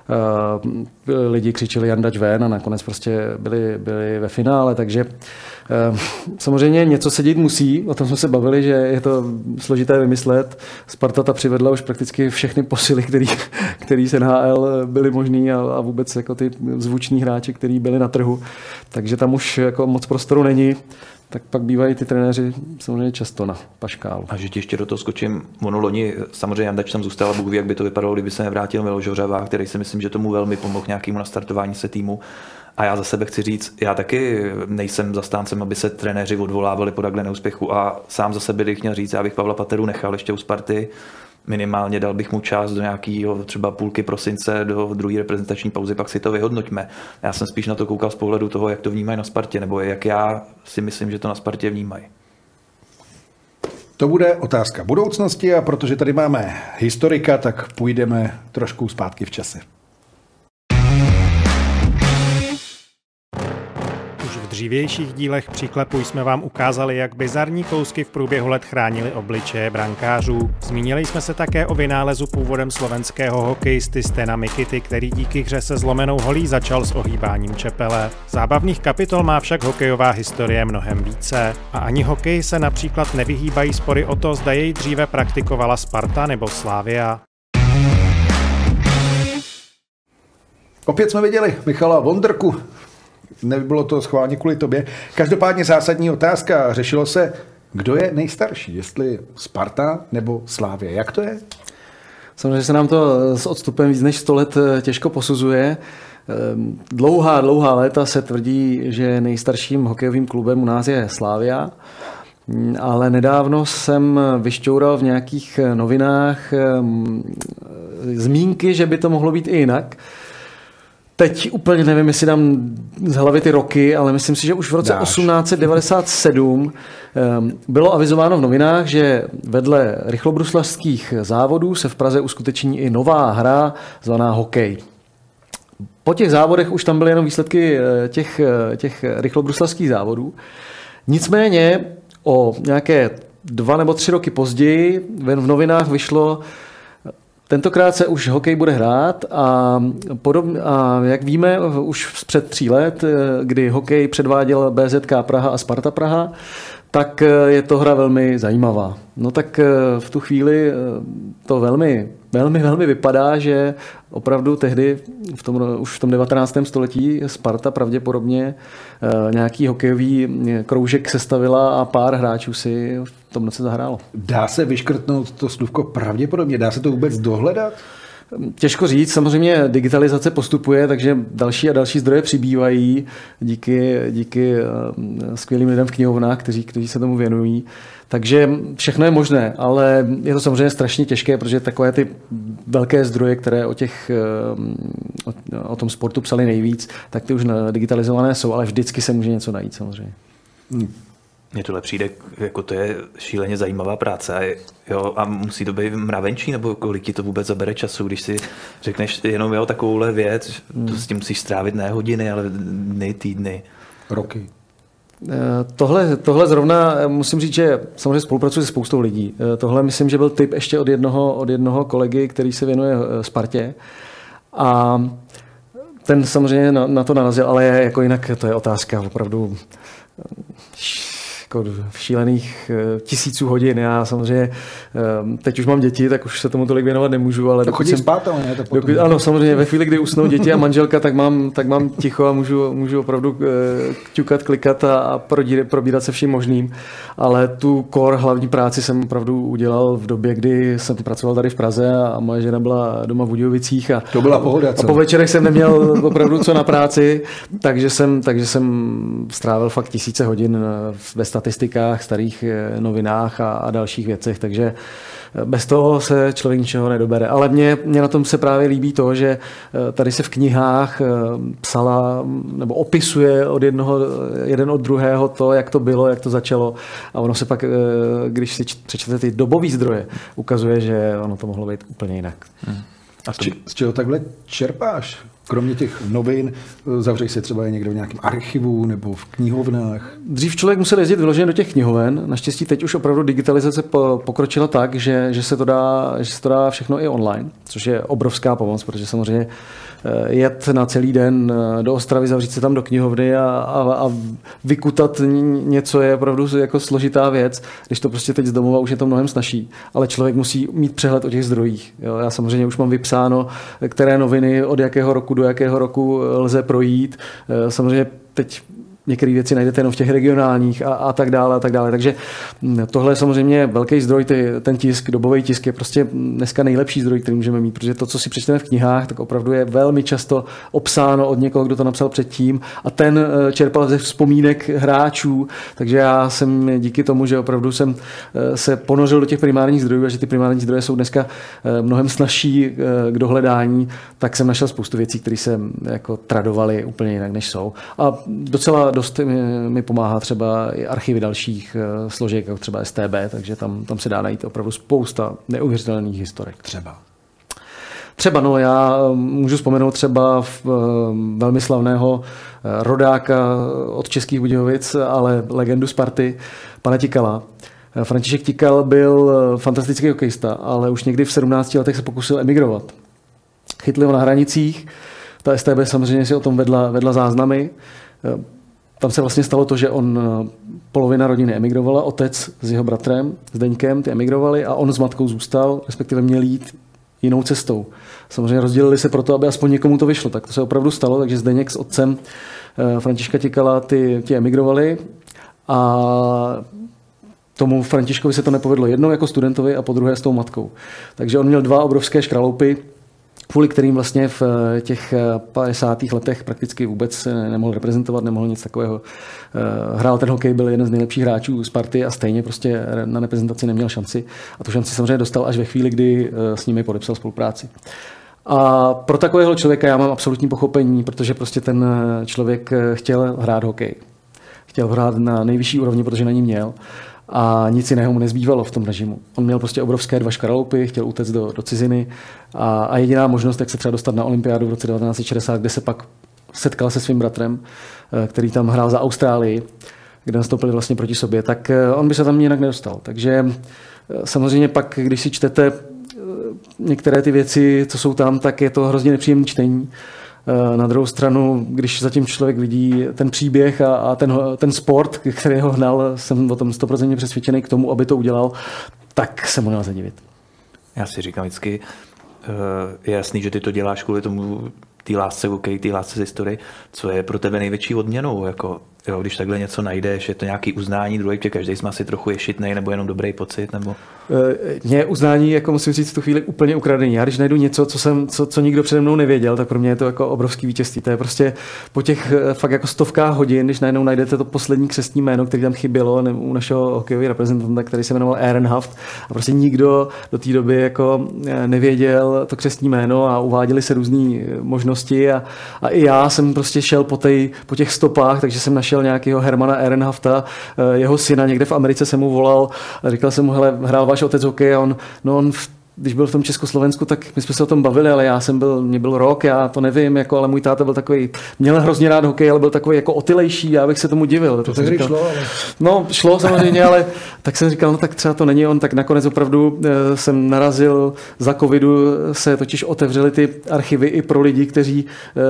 Lidi křičeli Jandač ven a nakonec prostě byli, byli ve finále, takže samozřejmě něco se dít musí, o tom jsme se bavili, že je to složité vymyslet. Sparta ta přivedla už prakticky všechny posily, který, který z N H L byly možný a, a vůbec jako ty zvuční hráči, kteří byli na trhu. takže tam už jako moc prostoru není, tak pak bývají ty trenéři samozřejmě často na paškálu. A že ti ještě do toho skočím, ono loni, samozřejmě Jandač tam zůstal, Bůh ví, jak by to vypadalo, kdyby se nevrátil Miloš Hořava, který si myslím, že tomu velmi pomohl nějakému nastartování se týmu. A já za sebe chci říct, já taky nejsem zastáncem, aby se trenéři odvolávali po takhle neúspěchu a sám za sebe bych měl říct, já bych Pavla Pateru nechal ještě u Sparty, minimálně dal bych mu čas do nějakého třeba půlky prosince, do druhé reprezentační pauzy, pak si to vyhodnoťme. Já jsem spíš na to koukal z pohledu toho, jak to vnímají na Spartě, nebo jak já si myslím, že to na Spartě vnímají. To bude otázka budoucnosti a protože tady máme historika, tak půjdeme trošku zpátky v čase. V dřívějších dílech Příklepu jsme vám ukázali, jak bizarní kousky v průběhu let chránily obličeje brankářů. Zmínili jsme se také o vynálezu původem slovenského hokejisty Stena Mikity, který díky hře se zlomenou holí začal s ohýbáním čepele. Zábavných kapitol má však hokejová historie mnohem více. A ani hokej se například nevyhýbají spory o to, zda jej dříve praktikovala Sparta nebo Slavia. Opět jsme viděli Michala Vondrku. Nebylo to schválně kvůli tobě. Každopádně zásadní otázka. Řešilo se, kdo je nejstarší, jestli Sparta nebo Slavie. Jak to je? Samozřejmě se nám to s odstupem víc než sto let těžko posuzuje. Dlouhá, dlouhá léta se tvrdí, že nejstarším hokejovým klubem u nás je Slavia, ale nedávno jsem vyšťoural v nějakých novinách zmínky, že by to mohlo být i jinak. Teď úplně nevím, jestli dám z hlavy ty roky, ale myslím si, že už v roce Dáš. osmnáct set devadesát sedm bylo avizováno v novinách, že vedle rychlobruslařských závodů se v Praze uskuteční i nová hra zvaná hokej. Po těch závodech už tam byly jenom výsledky těch, těch rychlobruslařských závodů. Nicméně o nějaké dva nebo tři roky později v novinách vyšlo, tentokrát se už hokej bude hrát a, podobně, a jak víme, už před tří let, kdy hokej předváděl B Z K Praha a Sparta Praha, tak je to hra velmi zajímavá. No tak v tu chvíli to velmi, velmi, velmi vypadá, že opravdu tehdy, v tom, už v tom devatenáctém století, Sparta pravděpodobně nějaký hokejový kroužek sestavila a pár hráčů si v tom noci zahrálo. Dá se vyškrtnout to slůvko pravděpodobně? Dá se to vůbec dohledat? Těžko říct, samozřejmě digitalizace postupuje, takže další a další zdroje přibývají díky, díky skvělým lidem v knihovnách, kteří, kteří se tomu věnují. Takže všechno je možné, ale je to samozřejmě strašně těžké, protože takové ty velké zdroje, které o, těch, o, o tom sportu psali nejvíc, tak ty už digitalizované jsou, ale vždycky se může něco najít samozřejmě. Hmm. Mně tohle přijde, jako to je šíleně zajímavá práce a, jo, a musí to být mravenčí, nebo kolik ti to vůbec zabere času, když si řekneš jenom jo, takovouhle věc, hmm. to s tím musíš strávit ne hodiny, ale dny, týdny. Roky. Tohle, tohle zrovna musím říct, že samozřejmě spolupracuji se spoustou lidí. Tohle myslím, že byl tip ještě od jednoho, od jednoho kolegy, který se věnuje Spartě a ten samozřejmě na, na to narazil, ale jako jinak to je otázka opravdu jako v šílených tisíců hodin. Já samozřejmě teď už mám děti, tak už se tomu tolik věnovat nemůžu. Ale chodí jsem, spát, ale ne? To dokud, ano, samozřejmě ve chvíli, kdy usnou děti a manželka, tak mám, tak mám ticho a můžu, můžu opravdu ťukat, klikat a, a probírat se vším možným. Ale tu core hlavní práci jsem opravdu udělal v době, kdy jsem pracoval tady v Praze a moje žena byla doma v Budějovicích. A, to byla pohoda, co? A po večerech jsem neměl opravdu co na práci, takže jsem, takže jsem strávil fakt tisíce hodin ve statistikách, starých novinách a, a dalších věcech, takže bez toho se člověk ničeho nedobere. Ale mně, mně na tom se právě líbí to, že tady se v knihách psala nebo opisuje od jednoho, jeden od druhého to, jak to bylo, jak to začalo a ono se pak, když si přečtete ty dobové zdroje, ukazuje, že ono to mohlo být úplně jinak. Hmm. A z, či, z čeho takhle čerpáš? Kromě těch novin, zavřeš se třeba někde v nějakém archivu nebo v knihovnách? Dřív člověk musel jezdit vyloženě do těch knihoven. Naštěstí teď už opravdu digitalizace pokročila tak, že, že, se to dá, že se to dá všechno i online, což je obrovská pomoc, protože samozřejmě jet na celý den do Ostravy, zavřít se tam do knihovny a, a, a vykutat něco je opravdu jako složitá věc, když to prostě teď z domova už je to mnohem snazší, ale člověk musí mít přehled o těch zdrojích. Jo, já samozřejmě už mám vypsáno, které noviny od jakého roku do jakého roku lze projít. Samozřejmě teď některé věci najdete jenom v těch regionálních a, a tak dále a tak dále. Takže tohle je samozřejmě velký zdroj, ty, ten tisk, dobový tisk je prostě dneska nejlepší zdroj, který můžeme mít, protože to, co si přečteme v knihách, tak opravdu je velmi často obsáno od někoho, kdo to napsal předtím a ten čerpal ze vzpomínek hráčů, takže já jsem díky tomu, že opravdu jsem se ponořil do těch primárních zdrojů a že ty primární zdroje jsou dneska mnohem snazší k dohledání, tak jsem našel spoustu věcí, které se jako tradovaly úplně jinak, než jsou. A docela dost mi pomáhá třeba i archivy dalších složek, jako třeba S T B, takže tam, tam se dá najít opravdu spousta neuvěřitelných historek. Třeba. Třeba, no, já můžu vzpomenout třeba v, velmi slavného rodáka od Českých Budějovic, ale legendu Sparty, pana Tikala. František Tikal byl fantastický hokejista, ale už někdy v sedmnácti letech se pokusil emigrovat. Chytli ho na hranicích, ta S T B samozřejmě si o tom vedla, vedla záznamy. Tam se vlastně stalo to, že on, polovina rodiny emigrovala, otec s jeho bratrem, s Deňkem, ty emigrovali a on s matkou zůstal, respektive měl jít jinou cestou. Samozřejmě rozdělili se proto, aby aspoň někomu to vyšlo. Tak to se opravdu stalo, takže Zdeněk s otcem Františka Tikala ty, ty emigrovali a tomu Františkovi se to nepovedlo jednou jako studentovi a po druhé s tou matkou. Takže on měl dva obrovské škraloupy, kvůli kterým vlastně v těch padesátých letech prakticky vůbec nemohl reprezentovat, nemohl nic takového. Hrál ten hokej, byl jeden z nejlepších hráčů Sparty a stejně prostě na reprezentaci neměl šanci. A tu šanci samozřejmě dostal až ve chvíli, kdy s nimi podepsal spolupráci. A pro takového člověka já mám absolutní pochopení, protože prostě ten člověk chtěl hrát hokej. Chtěl hrát na nejvyšší úrovni, protože na ní měl. A nic jiného mu nezbývalo v tom režimu. On měl prostě obrovské dva škaraloupy, chtěl utéct do, do ciziny a, a jediná možnost, jak se třeba dostat na olympiádu v roce devatenáct set šedesát, kde se pak setkal se svým bratrem, který tam hrál za Austrálii, kde nastoupili vlastně proti sobě, tak on by se tam jinak nedostal. Takže samozřejmě pak, když si čtete některé ty věci, co jsou tam, tak je to hrozně nepříjemné čtení. Na druhou stranu, když zatím člověk vidí ten příběh a, a ten, ten sport, který ho hnal, jsem o tom sto procent přesvědčený k tomu, aby to udělal, tak se mu nelze divit. Já si říkám vždycky, je jasný, že ty to děláš kvůli tomu, té lásce hokej, té lásce z historie, co je pro tebe největší odměnou, jako jo, když takhle něco najdeš, je to nějaký uznání druhý, protože každý jsme asi trochu ješitnej, nebo jenom dobrý pocit, nebo... Mně uznání, jako musím říct, v tu chvíli úplně ukradený. Já když najdu něco, co, jsem, co, co nikdo přede mnou nevěděl, tak pro mě je to jako obrovský vítězství. To je prostě po těch fakt jako stovkách hodin, když najednou najdete to poslední křestní jméno, který tam chybělo u našeho hokejového reprezentanta, který se jmenoval Ehrenhaft, a prostě nikdo do té doby jako nevěděl to křestní jméno a uváděly se různé možnosti a, a i já jsem prostě šel po, tej, po těch stopách, takže jsem našel nějakého Hermana Ehrenhafta, jeho syna, někde v Americe jsem mu volal a říkal jsem mu, hele, hrál váš otec hokej a on, no on v, když byl v tom Československu, tak my jsme se o tom bavili, ale já jsem byl, mě byl rok, já to nevím, jako, ale můj táta byl takový, měl hrozně rád hokej, ale byl takový jako otylejší, já bych se tomu divil. To tehdy šlo, ale... No, šlo samozřejmě, ale tak jsem říkal, no tak třeba to není on, tak nakonec opravdu e, jsem narazil, za covidu se totiž otevřely ty archivy i pro lidi, kteří,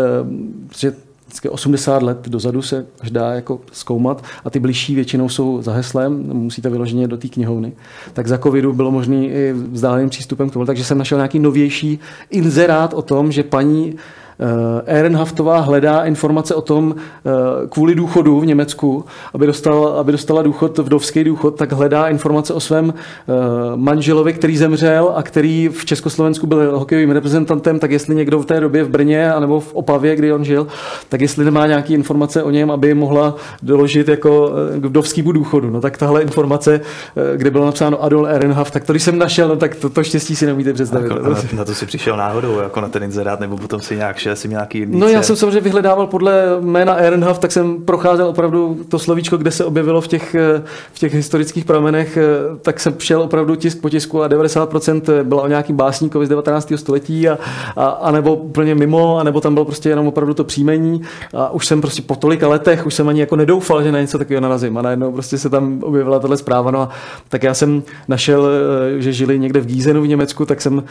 e, že osmdesát let dozadu se až dá jako zkoumat a ty bližší většinou jsou za heslem, musíte vyloženě do té knihovny. Tak za covidu bylo možné i vzdáleným přístupem k tomu, takže jsem našel nějaký novější inzerát o tom, že paní Ehrenhaftová hledá informace o tom kvůli důchodu v Německu, aby dostala, aby dostala důchod, vdovský důchod, tak hledá informace o svém manželovi, který zemřel a který v Československu byl hokejovým reprezentantem, tak jestli někdo v té době v Brně anebo v Opavě, kdy on žil, tak jestli nemá nějaké informace o něm, aby mohla doložit jako k vdovskému důchodu. No tak tahle informace, kde bylo napsáno Adolf Ehrenhaft, tak to když jsem našel, no tak to, to štěstí si neumíte představit. Jako, na, na to si přišel náhodou, jako na ten inzerát, nebo potom si nějak asi nějaký indice. No já jsem samozřejmě vyhledával podle jména Ehrenhaft, tak jsem procházel opravdu to slovíčko, kde se objevilo v těch, v těch historických pramenech, tak jsem šel opravdu tisk po tisku a devadesát procent bylo o nějakým básníkovi z devatenáctého století a, a, a nebo úplně mimo, a nebo tam bylo prostě jenom opravdu to příjmení a už jsem prostě po tolika letech, už jsem ani jako nedoufal, že na něco takového narazím a najednou prostě se tam objevila tahle zpráva. No a tak já jsem našel, že žili někde v Gízenu v Německu, tak jsem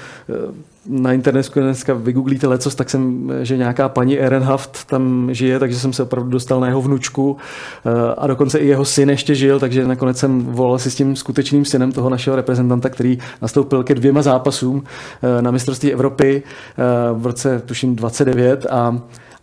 na internetu dneska vygooglíte lecos, tak jsem, že nějaká paní Ehrenhaft tam žije, takže jsem se opravdu dostal na jeho vnučku a dokonce i jeho syn ještě žil, takže nakonec jsem volal si s tím skutečným synem toho našeho reprezentanta, který nastoupil ke dvěma zápasům na mistrovství Evropy v roce tuším dvacet devět a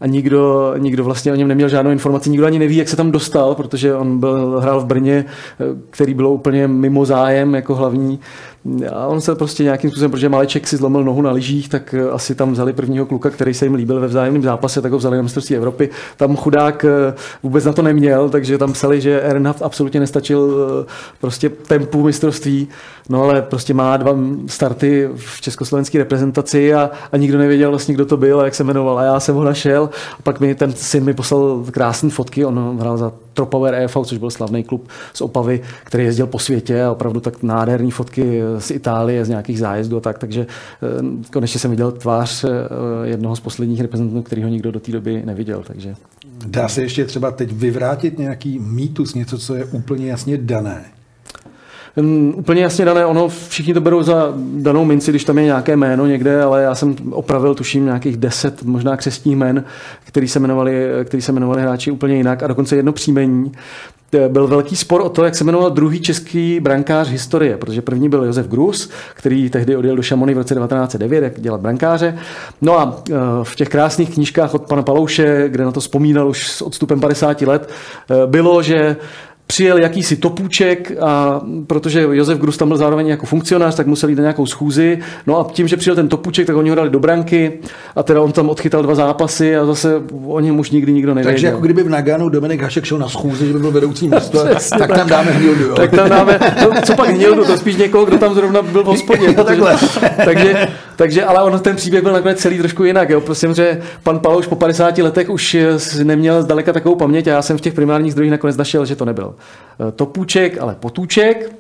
a nikdo, nikdo vlastně o něm neměl žádnou informaci, nikdo ani neví, jak se tam dostal, protože on byl, hrál v Brně, který bylo úplně mimo zájem jako hlavní. A on se prostě nějakým způsobem, protože Maleček si zlomil nohu na lyžích, tak asi tam vzali prvního kluka, který se jim líbil ve vzájemném zápase, tak ho vzali na mistrovství Evropy. Tam chudák vůbec na to neměl, takže tam psali, že Ehrenhaft absolutně nestačil prostě tempu mistrovství, no ale prostě má dva starty v československé reprezentaci a, a nikdo nevěděl vlastně, kdo to byl a jak se jmenoval. A já jsem ho našel a pak mi ten syn mi poslal krásné fotky, on hrál za Tropower E F, což byl slavný klub z Opavy, který jezdil po světě a opravdu tak nádherný fotky z Itálie, z nějakých zájezdů a tak, takže konečně jsem viděl tvář jednoho z posledních reprezentantů, kterýho nikdo do té doby neviděl. Takže... Dá se ještě třeba teď vyvrátit nějaký mýtus, něco, co je úplně jasně dané? Um, úplně jasně dané, ono všichni to berou za danou minci, když tam je nějaké jméno někde, ale já jsem opravil, tuším, nějakých deset možná křestních jmen, který se jmenovali, který se jmenovali hráči úplně jinak a dokonce jedno příjmení. Byl velký spor o to, jak se jmenoval druhý český brankář historie, protože první byl Josef Grus, který tehdy odjel do Šamony v roce devatenáct set devět, jak dělat brankáře. No a v těch krásných knížkách od pana Palouše, kde na to vzpomínal už s odstupem padesáti let, bylo, že přijel jakýsi Topůček a protože Josef Grus tam byl zároveň jako funkcionář, tak musel jít na nějakou schůzi. No a tím, že přijel ten Topůček, tak oni ho dali do branky a teda on tam odchytal dva zápasy a zase o něm už nikdy nikdo nevěděl. Takže jako kdyby v Naganu Dominik Hašek šel na schůzi, že by byl vedoucí města, tak, tak tam dáme Hnildu. Jo? Tak tam dáme, no, co pak Hnildu, to spíš někoho, kdo tam zrovna byl v hospodě. takže, takže, ale on ten příběh byl nakonec celý trošku jinak. Jo? Prostě, že pan Palouš po padesáti letech už neměl zdaleka takovou paměť a já jsem v těch primárních zdrojích nakonec našel, že to nebyl Topůček, ale Potůček.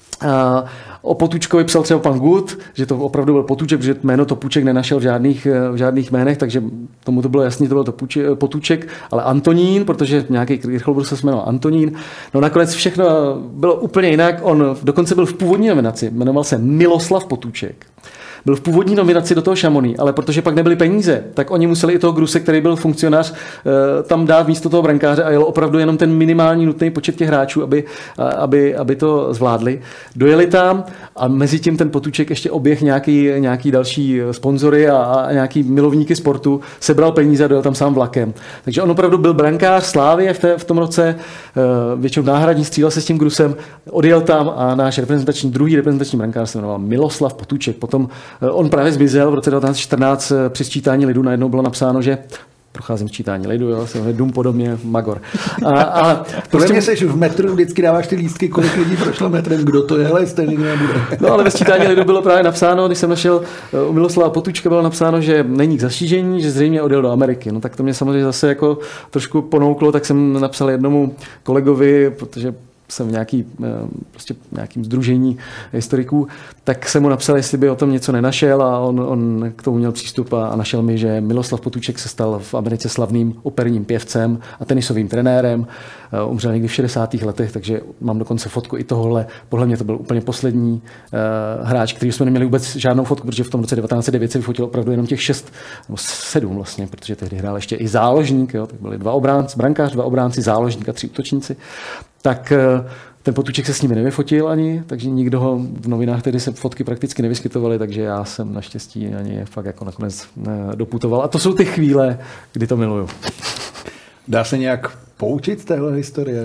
O Potůčkovi psal třeba pan Gut, že to opravdu byl Potůček, protože jméno Topůček nenašel v žádných, v žádných jménech, takže tomu to bylo jasně, to byl Topůček, Potůček, ale Antonín, protože nějaký rychlobrus se jmenoval Antonín. No nakonec všechno bylo úplně jinak. On dokonce byl v původní nominaci, jmenoval se Miloslav Potůček. Byl v původní nominaci do toho Šamoní, ale protože pak nebyly peníze, tak oni museli i toho Gruse, který byl funkcionář, tam dát místo toho brankáře a jelo opravdu jenom ten minimální nutný počet těch hráčů, aby, aby, aby to zvládli. Dojeli tam a mezi tím ten Potůček ještě oběh nějaký, nějaký další sponzory a, a nějaký milovníky sportu, sebral peníze a dojel tam sám vlakem. Takže on opravdu byl brankář Slávie v, té, v tom roce, většinou náhradní, střílel se s tím Grusem, odjel tam a náš reprezentační, druhý reprezentační brankář se jmenoval Miloslav Potůček. Potom on právě zmizel v roce devatenáct set čtrnáct při sčítání lidu, najednou bylo napsáno, že procházím sčítání lidu, jo, jsem dům podobně Magor. A, a prostě mě seš v metru, vždycky dáváš ty lístky, kolik lidí prošlo metrem, kdo to je, ale stejně nebude. No ale ve sčítání lidu bylo právě napsáno, když jsem našel u Miloslava Potůčka, bylo napsáno, že není k zaštížení, že zřejmě odjel do Ameriky. No tak to mě samozřejmě zase jako trošku ponouklo, tak jsem napsal jednomu kolegovi, protože jsem v nějaký, prostě nějakým sdružení historiků, tak jsem mu napsal, jestli by o tom něco nenašel a on, on k tomu měl přístup a, a našel mi, že Miloslav Potůček se stal v Americe slavným operním pěvcem a tenisovým trenérem. Umřel někdy v šedesátých letech, takže mám dokonce fotku i tohohle. Podle mě to byl úplně poslední uh, hráč, který jsme neměli vůbec žádnou fotku, protože v tom roce devatenáct set devět se vyfotil opravdu jenom těch šest, nebo sedm vlastně, protože tehdy hrál ještě i záložník, jo, tak byli dva obránci, brankář, dva obránci, záložník a tři útočníci. Tak ten Potůček se s nimi nevyfotil ani, takže nikdo ho v novinách tedy se fotky prakticky nevyskytovaly, takže já jsem naštěstí ani fakt jako nakonec doputoval. A to jsou ty chvíle, kdy to miluju. Dá se nějak poučit z téhle historie?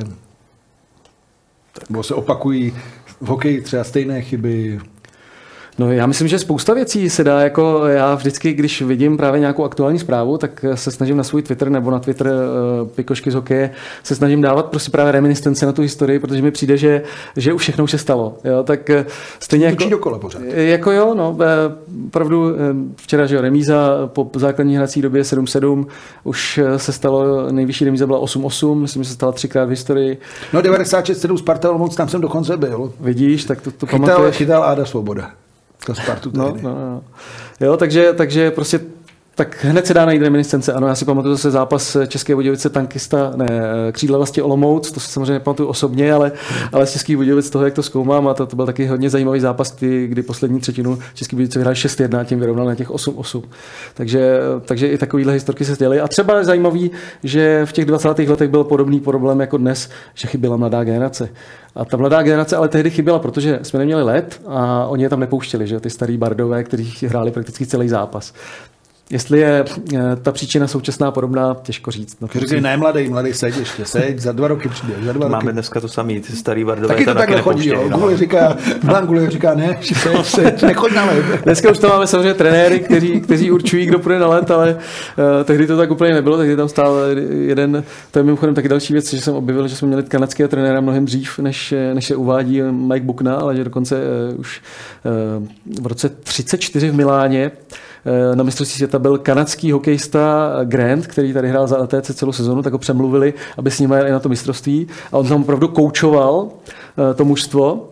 Nebo se opakují v hokeji třeba stejné chyby? No já myslím, že spousta věcí se dá, jako já vždycky, když vidím právě nějakou aktuální zprávu, tak se snažím na svůj Twitter nebo na Twitter uh, Pikošky z hokeje se snažím dávat prostě právě reminiscence na tu historii, protože mi přijde, že, že už všechno už se stalo. Jo, tak stejně jako, dokola pořád. Jako jo, no, opravdu včera, že jo, remíza po základní hrací době sedm sedm, už se stalo, nejvyšší remíza byla osm osm, myslím, že se stala třikrát v historii. No devadesát šest sedm Sparta Olomouc, tam jsem dokonce byl. Vidíš, tak to, to chytal, pamatuješ. Chytal Áda Svoboda. To Spartu no, no, no. Jo, takže, takže prostě tak hned se dá najít reminiscence. Ano, já si pamatuju zase zápas České Budějovice tankista, ne, Křídlavosti Olomouc, to si samozřejmě nepamatuju osobně, ale, ale z Českých Budějovic toho, jak to zkoumám, a to, to byl taky hodně zajímavý zápas, kdy, kdy poslední třetinu Český Budějovice vyhrál šest jedna a tím vyrovnal na těch osm osm. Takže, takže i takovýhle historky se děly. A třeba je zajímavý, že v těch dvacátých letech byl podobný problém jako dnes, že chyběla mladá generace. A ta mladá generace ale tehdy chyběla, protože jsme neměli let a oni je tam nepouštěli, že ty starý bardové, kteří hráli prakticky celý zápas. Jestli je ta příčina současná podobná, těžko říct. No, Říkali, ne, mladý, mladý, seď ještě, seď, za dva roky přijde, za dva Máme roky. dneska to samý, ty starý Vardové. Taky to takhle chodí, jo. No. Gulej říká, Milan Gulej říká, ne, seď, seď, nechoď na led. Dneska už tam máme samozřejmě trenéry, kteří, kteří určují, kdo půjde na let, ale uh, tehdy to tak úplně nebylo, tehdy tam stál jeden, to je mimochodem taky další věc, že jsem objevil, že jsme měli kanadského trenéra mnohem dřív, než, než se uvádí Mike Buckna, ale že dokonce uh, už uh, v roce třicet čtyři v Miláně na mistrovství světa byl kanadský hokejista Grant, který tady hrál za L T C celou sezonu, tak ho přemluvili, aby s ním jeli na to mistrovství a on tam opravdu koučoval to mužstvo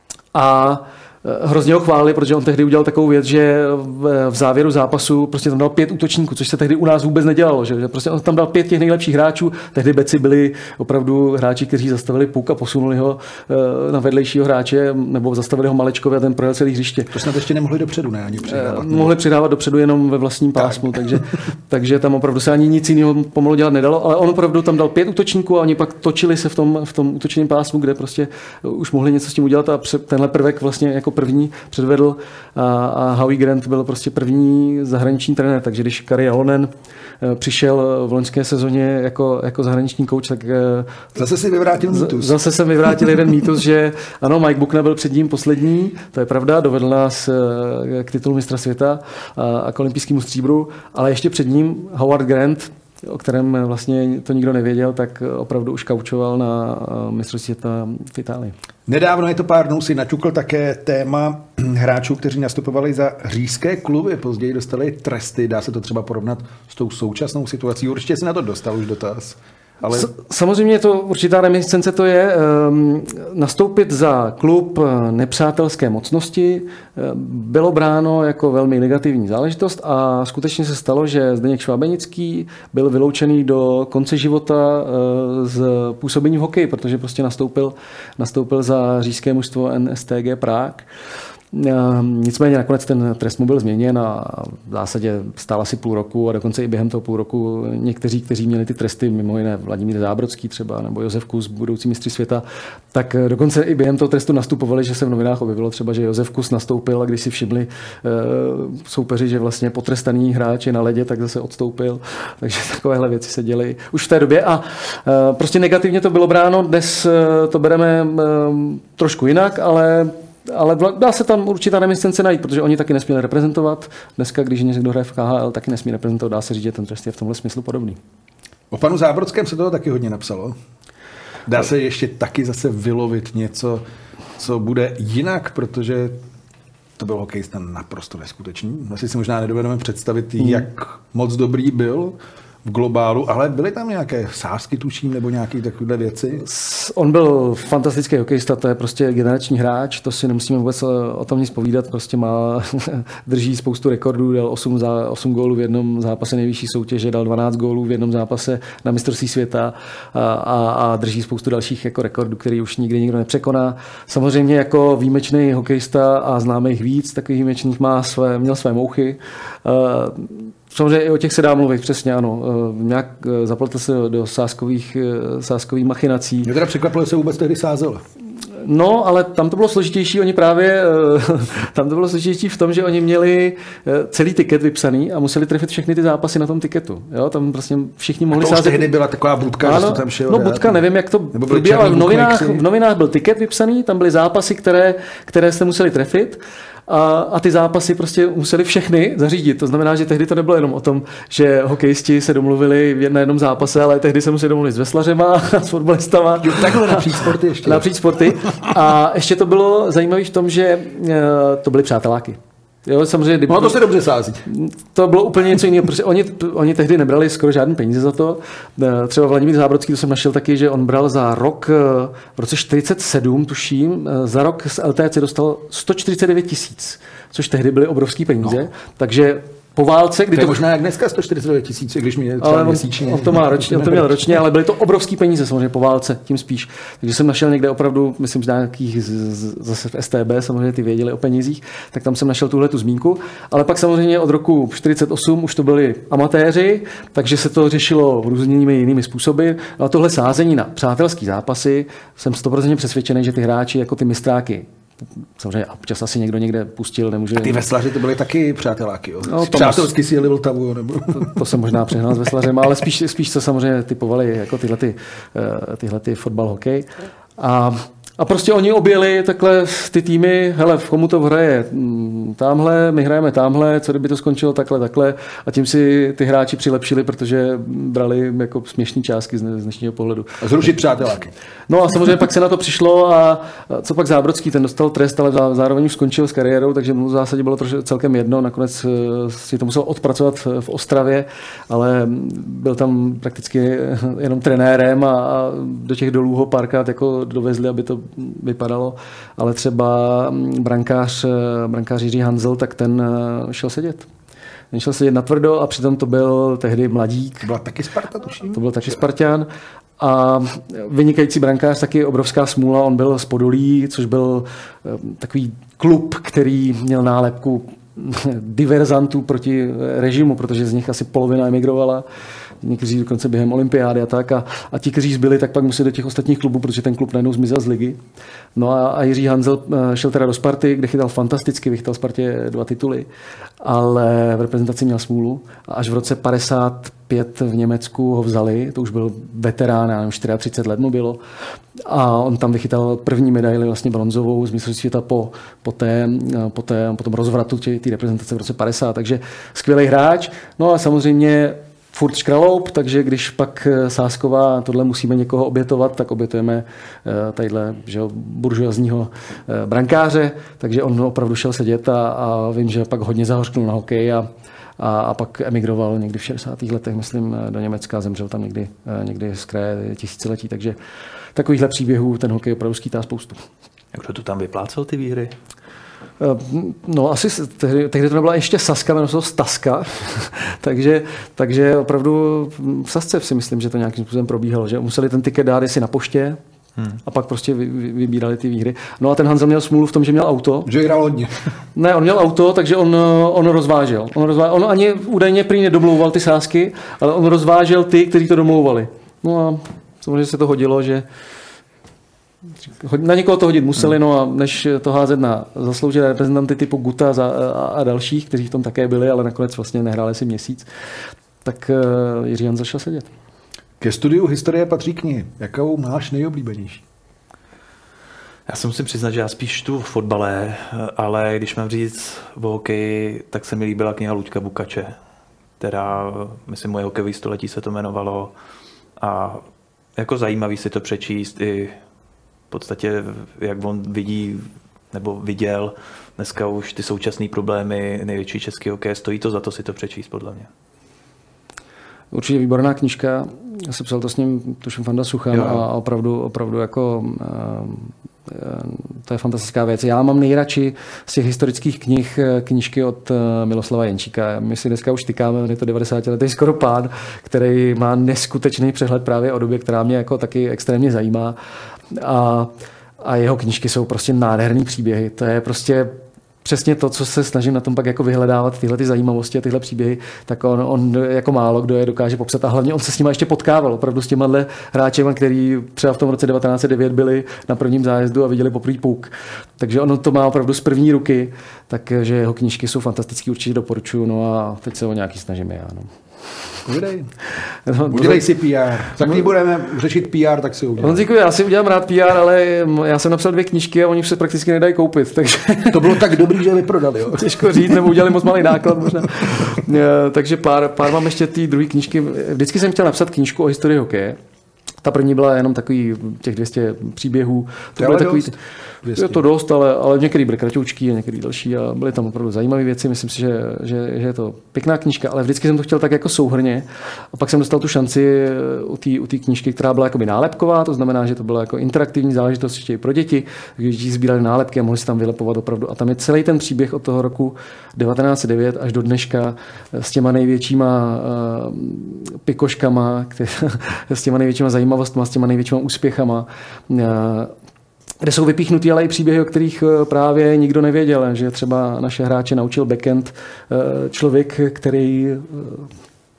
a hrozně ho chválili, protože on tehdy udělal takovou věc, že v závěru zápasu prostě tam dal pět útočníků, což se tehdy u nás vůbec nedělalo, že prostě on tam dal pět těch nejlepších hráčů, tehdy beci byli opravdu hráči, kteří zastavili puk a posunuli ho na vedlejšího hráče, nebo zastavili ho malečkově a ten projel celý hřiště. To snad ještě nemohli dopředu, ne? Ani přidávat, nebo... Mohli přidávat dopředu jenom ve vlastním pásmu, tak. takže, takže tam opravdu se ani nic jiného pomalu dělat nedalo, ale on opravdu tam dal pět útočníků a oni pak točili se v tom, v tom útočném pásmu, kde prostě už mohli něco s tím udělat a tenhle prvek vlastně jako první předvedl a, a Howie Grant byl prostě první zahraniční trenér, takže když Kari Jalonen přišel v loňské sezóně jako, jako zahraniční kouč, tak zase si vyvrátil mýtus. Zase jsem vyvrátil jeden mýtus, že ano, Mike Buckna byl před ním poslední, to je pravda, dovedl nás k titulu mistra světa a k olympijskému stříbru, ale ještě před ním Howard Grant, o kterém vlastně to nikdo nevěděl, tak opravdu už kaučoval na mistrovství světa v Itálii. Nedávno, je to pár dnů, si načukl také téma hráčů, kteří nastupovali za říšské kluby, později dostali tresty, dá se to třeba porovnat s tou současnou situací. Určitě si na to dostal už dotaz. Ale... Samozřejmě to určitá reminiscence to je um, nastoupit za klub nepřátelské mocnosti bylo bráno jako velmi negativní záležitost a skutečně se stalo, že Zdeněk Švábenický byl vyloučený do konce života uh, z působení v hokeji, protože prostě nastoupil, nastoupil za říšské mužstvo N S T G Prague. Nicméně nakonec ten trest mu byl změněn a v zásadě stál asi půl roku a dokonce i během toho půl roku někteří, kteří měli ty tresty, mimo jiné Vladimír Zábrodský třeba nebo Josef Kus, budoucí mistři světa, tak dokonce i během toho trestu nastupovali, že se v novinách objevilo třeba, že Josef Kus nastoupil a když si všimli uh, soupeři, že vlastně potrestaný hráč je na ledě, tak zase odstoupil. Takže takovéhle věci se děly už v té době a uh, prostě negativně to bylo bráno. Dnes uh, to bereme uh, trošku jinak, ale Ale dá se tam určitá reminiscence najít, protože oni taky nesměli reprezentovat. Dneska, když někdo hraje v K H L, taky nesmí reprezentovat. Dá se říct, že ten trest je v tomhle smyslu podobný. O panu Zábrodském se toho taky hodně napsalo. Dá se ještě taky zase vylovit něco, co bude jinak, protože to byl hokejista naprosto neskutečný. Asi si možná nedovedeme představit, hmm. jak moc dobrý byl v globálu, ale byly tam nějaké sázky, tuším, nebo nějaké takové věci? On byl fantastický hokejista, to je prostě generační hráč, to si nemusíme vůbec o tom nic povídat, prostě má, drží spoustu rekordů, dal osm, za, osm gólů v jednom zápase nejvyšší soutěže, dal dvanáct gólů v jednom zápase na mistrovství světa a, a, a drží spoustu dalších jako rekordů, který už nikdy nikdo nepřekoná. Samozřejmě jako výjimečný hokejista a známe jich víc, takových výjimečných má své, měl své mouchy. Samozřejmě i o těch se dá mluvit, přesně ano. Nějak zapletl se do sázkových, sázkových machinací. Mě teda překvapilo, že se vůbec tehdy sázel. No, ale tam to bylo složitější, oni právě, tam to bylo složitější v tom, že oni měli celý tiket vypsaný a museli trefit všechny ty zápasy na tom tiketu. Jo, tam prostě všichni mohli sázet. To už tehdy byla taková budka, ano, že to tam šel. No budka, nevím, jak to bylo, ale v novinách, v novinách byl tiket vypsaný, tam byly zápasy, které, které jste museli trefit. A, a ty zápasy prostě museli všechny zařídit. To znamená, že tehdy to nebylo jenom o tom, že hokejisti se domluvili na jednom zápase, ale tehdy se museli domluvit s veslařema, s fotbalistama. Jo, takhle napříč sporty ještě. Napříč sporty. A ještě to bylo zajímavé v tom, že to byly přáteláky. Jo, samozřejmě, no to se dobře sází. To bylo úplně něco jiného, protože oni, oni tehdy nebrali skoro žádný peníze za to. Třeba Vladimír Zábrodský, to jsem našel taky, že on bral za rok, v roce čtyřicet sedm, tuším, za rok z L T C dostal sto čtyřicet devět tisíc, což tehdy byly obrovský peníze. No. Takže po válce, kdy to je to možná jak dneska sto čtyřicet devět tisíc, když mi je třeba měsíčně. On to má ročně, on to měl ročně, ale byly to obrovský peníze samozřejmě po válce, tím spíš. Takže jsem našel někde opravdu, myslím, že nějakých zase v S T B, samozřejmě ty věděli o penězích, tak tam jsem našel tuhle tu zmínku. Ale pak samozřejmě od roku čtyřicet osm už to byli amatéři, takže se to řešilo různými jinými způsoby. A tohle sázení na přátelský zápasy jsem sto procent přesvědčený, že ty hráči jako ty mistráky samozřejmě občas asi někdo někde pustil, nemůže... A ty veslaři to byly taky přáteláky, jo? No, Přátelsky si jeli Vltavu, nebo... To, to jsem možná přehnal s veslařem, ale spíš, spíš se samozřejmě typovali jako tyhle, ty, tyhle ty fotbal, hokej. A A prostě oni objeli takhle ty týmy, hele, v Chomutov hraje tamhle, my hrajeme tamhle, co kdyby to skončilo takhle, takhle a tím si ty hráči přilepšili, protože brali jako směšný částky z dnešního pohledu. A zrušit přáteláky. No a samozřejmě pak se na to přišlo a co pak Zábrodský, ten dostal trest, ale zároveň už skončil s kariérou, takže mu v zásadě bylo trošku celkem jedno, nakonec si to musel odpracovat v Ostravě, ale byl tam prakticky jenom trenérem a do těch dolů ho párkrát jako dovezli, aby to vypadalo, ale třeba brankář, brankář Jiří Hanzel, tak ten šel sedět. Ten šel sedět natvrdo a přitom to byl tehdy mladík. To byla taky Sparta, tuším? To byl taky Spartan. A vynikající brankář, taky obrovská smůla, on byl z Podolí, což byl takový klub, který měl nálepku diverzantů proti režimu, protože z nich asi polovina emigrovala. Někteří dokonce během olympiády a tak. A, a ti, kteří zbyli, tak pak museli do těch ostatních klubů, protože ten klub najednou zmizel z ligy. No a, a Jiří Hanzel šel teda do Sparty, kde chytal fantasticky, vychytal Spartě dva tituly, ale v reprezentaci měl smůlu. A až v roce padesát pět v Německu ho vzali, to už byl veterán, já nevím, třicet čtyři let mu bylo. A on tam vychytal první medaili, vlastně bronzovou z mistrovství světa po, po, té, po, té, po tom rozvratu té reprezentace v roce padesát. Takže skvělý hráč. No a samozřejmě furt škraloup, takže když pak Sázková tohle musíme někoho obětovat, tak obětujeme tadyhle, že jo, buržoazního brankáře, takže on opravdu šel sedět a, a vím, že pak hodně zahořknul na hokej a, a, a pak emigroval někdy v šedesátých letech, myslím, do Německa, zemřel tam někdy, někdy z kraje tisíciletí, takže takovýchhle příběhů ten hokej opravdu skýtá spoustu. Jak to tu tam vyplácel ty výhry? No asi tehdy, tehdy to nebyla ještě Saska, jmenovalo se to Staska, takže, takže opravdu v Sasce si myslím, že to nějakým způsobem probíhalo, že museli ten tiket dát si na poště hmm. a pak prostě vy, vy, vybírali ty výhry. No a ten Hanzel měl smůlu v tom, že měl auto. Že hrál hodně. Ne, on měl auto, takže on, on rozvážel. On, rozvážel. On ani údajně prý nedomlouval ty sázky, ale on rozvážel ty, kteří to domlouvali. No a samozřejmě se to hodilo, že na někoho to hodit museli, no a než to házet na zasloužené reprezentanty typu Guta a, a, a dalších, kteří v tom také byli, ale nakonec vlastně nehráli si měsíc, tak uh, Jiří Hanzel šel sedět. Ke studiu historie patří knihy. Jakou máš nejoblíbenější? Já se musím přiznat, že já spíš čtu v fotbale, ale když mám říct o hokeji, tak se mi líbila kniha Luďka Bukače, která, myslím, Moje hokejové století se to jmenovalo a jako zajímavý si to přečíst i v podstatě, jak on vidí nebo viděl dneska už ty současné problémy největší český hokej, stojí to za to si to přečíst, podle mě. Určitě výborná knížka, já jsem psal to s ním, tuším Fanda Suchan jo. a opravdu, opravdu jako to je fantastická věc. Já mám nejradši z těch historických knih knížky od Miloslava Jenčíka. My si dneska už tykáme, je to devadesátiletý skoro pán, který má neskutečný přehled právě o době, která mě jako taky extrémně zajímá. A, a jeho knížky jsou prostě nádherný příběhy. To je prostě přesně to, co se snažím na tom pak jako vyhledávat, tyhle ty zajímavosti a tyhle příběhy, tak on, on jako málo kdo je dokáže popsat a hlavně on se s nima ještě potkával, opravdu s těma hráčema, který třeba v tom roce devatenáct set devět byli na prvním zájezdu a viděli poprvé puk. Takže on to má opravdu z první ruky, takže jeho knížky jsou fantastické, určitě doporučuju, no a teď se o nějaký snažím já. No. Udělej. No, udělej si P R. Tak když budeme řešit P R, tak si udělej. Honzíku, já si udělám rád P R, ale já jsem napsal dvě knížky a oni se prakticky nedají koupit. Takže to bylo tak dobrý, že vyprodali. Jo? Těžko říct, nebo udělali moc malý náklad možná. Takže pár, pár mám ještě ty druhé knížky. Vždycky jsem chtěl napsat knížku o historii hokeje. Ta první byla jenom takový těch dvě stě příběhů. To byly takový, je to dost, ale, ale některý byly kratoučky a některý další a byly tam opravdu zajímavé věci. Myslím si, že, že, že je to pěkná knížka, ale vždycky jsem to chtěl tak jako souhrnně. A pak jsem dostal tu šanci u té u té knížky, která byla jakoby nálepková, to znamená, že to byla jako interaktivní záležitost ještě i pro děti, když děti sbírali nálepky a mohli si tam vylepovat opravdu. A tam je celý ten příběh od toho roku devatenáct set devět až do dneška s těma největšíma uh, pikoškama, které, s těma největšíma zajímavostmi, s těma největšíma úspěchama. Uh, kde jsou vypíchnutý ale i příběhy, o kterých právě nikdo nevěděl, že třeba naše hráče naučil backhand člověk, který,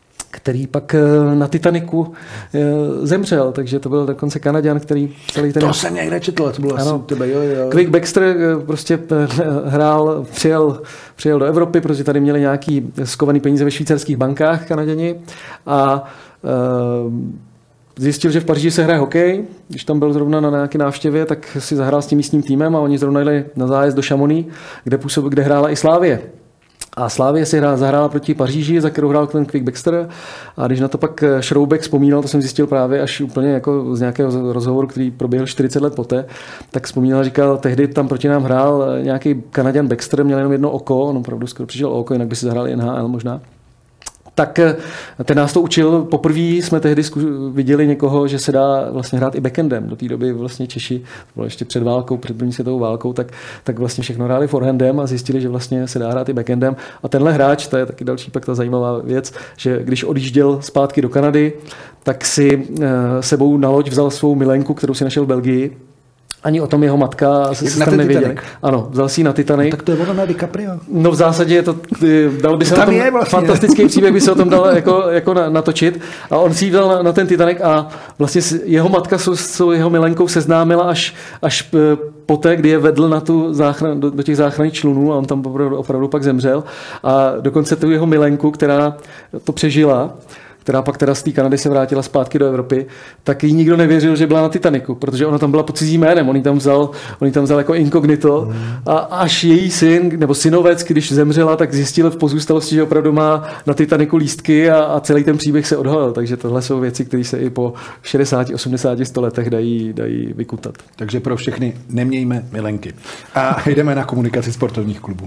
který pak na Titaniku zemřel, takže to byl dokonce Kanaďan, který celý ten... To jsem někde četl, to bylo asi tebe, jo, jo. Quick Baxter prostě hrál, přijel, přijel do Evropy, protože tady měli nějaký skovaný peníze ve švýcarských bankách Kanaděni a zjistil, že v Paříži se hraje hokej. Když tam byl zrovna na nějaké návštěvě, tak si zahrál s tím místním týmem a oni zrovna jeli na zájezd do Chamonix, kde, působ, kde hrála i Slavie. A Slavie si hrála, zahrála proti Paříži, za kterou hrál ten Quick Baxter. A když na to pak Šroubek vzpomínal, to jsem zjistil právě až úplně jako z nějakého rozhovoru, který proběhl čtyřicet let poté, tak vzpomínal, říkal, tehdy tam proti nám hrál nějaký Kanaďan Baxter, měl jenom jedno oko, on opravdu skoro přišel o oko, jinak by si zahrál N H L možná. Tak ten nás to učil. Poprvé jsme tehdy viděli někoho, že se dá vlastně hrát i backendem. Do té doby vlastně Češi, to bylo ještě před válkou, před první světovou válkou, tak, tak vlastně všechno hráli forehandem a zjistili, že vlastně se dá hrát i backendem. A tenhle hráč, to je taky další pak ta zajímavá věc, že když odjížděl zpátky do Kanady, tak si sebou na loď vzal svou milenku, kterou si našel v Belgii. Ani o tom jeho matka se tam nevěděli. Ano, vzal si ji na Titanic. No, tak to je ono na DiCaprio. No v zásadě je to, dal by se tam tom, je vlastně. Fantastický příběh by se o tom dal jako, jako natočit. A on si ji dal na, na ten Titanic a vlastně jeho matka s, s jeho milenkou seznámila až, až poté, kdy je vedl na tu záchran, do, do těch záchranných člunů a on tam opravdu, opravdu pak zemřel. A dokonce tu jeho milenku, která to přežila, která pak teda z té Kanady se vrátila zpátky do Evropy, tak jí nikdo nevěřil, že byla na Titaniku, protože ona tam byla pod cizím jménem, on ji tam vzal, on ji tam vzal jako inkognito a až její syn, nebo synovec, když zemřela, tak zjistil v pozůstalosti, že opravdu má na Titaniku lístky a, a celý ten příběh se odhalil, takže tohle jsou věci, které se i po šedesáti, osmdesáti, sto letech dají, dají vykutat. Takže pro všechny nemějme milenky. A jdeme na komunikaci sportovních klubů.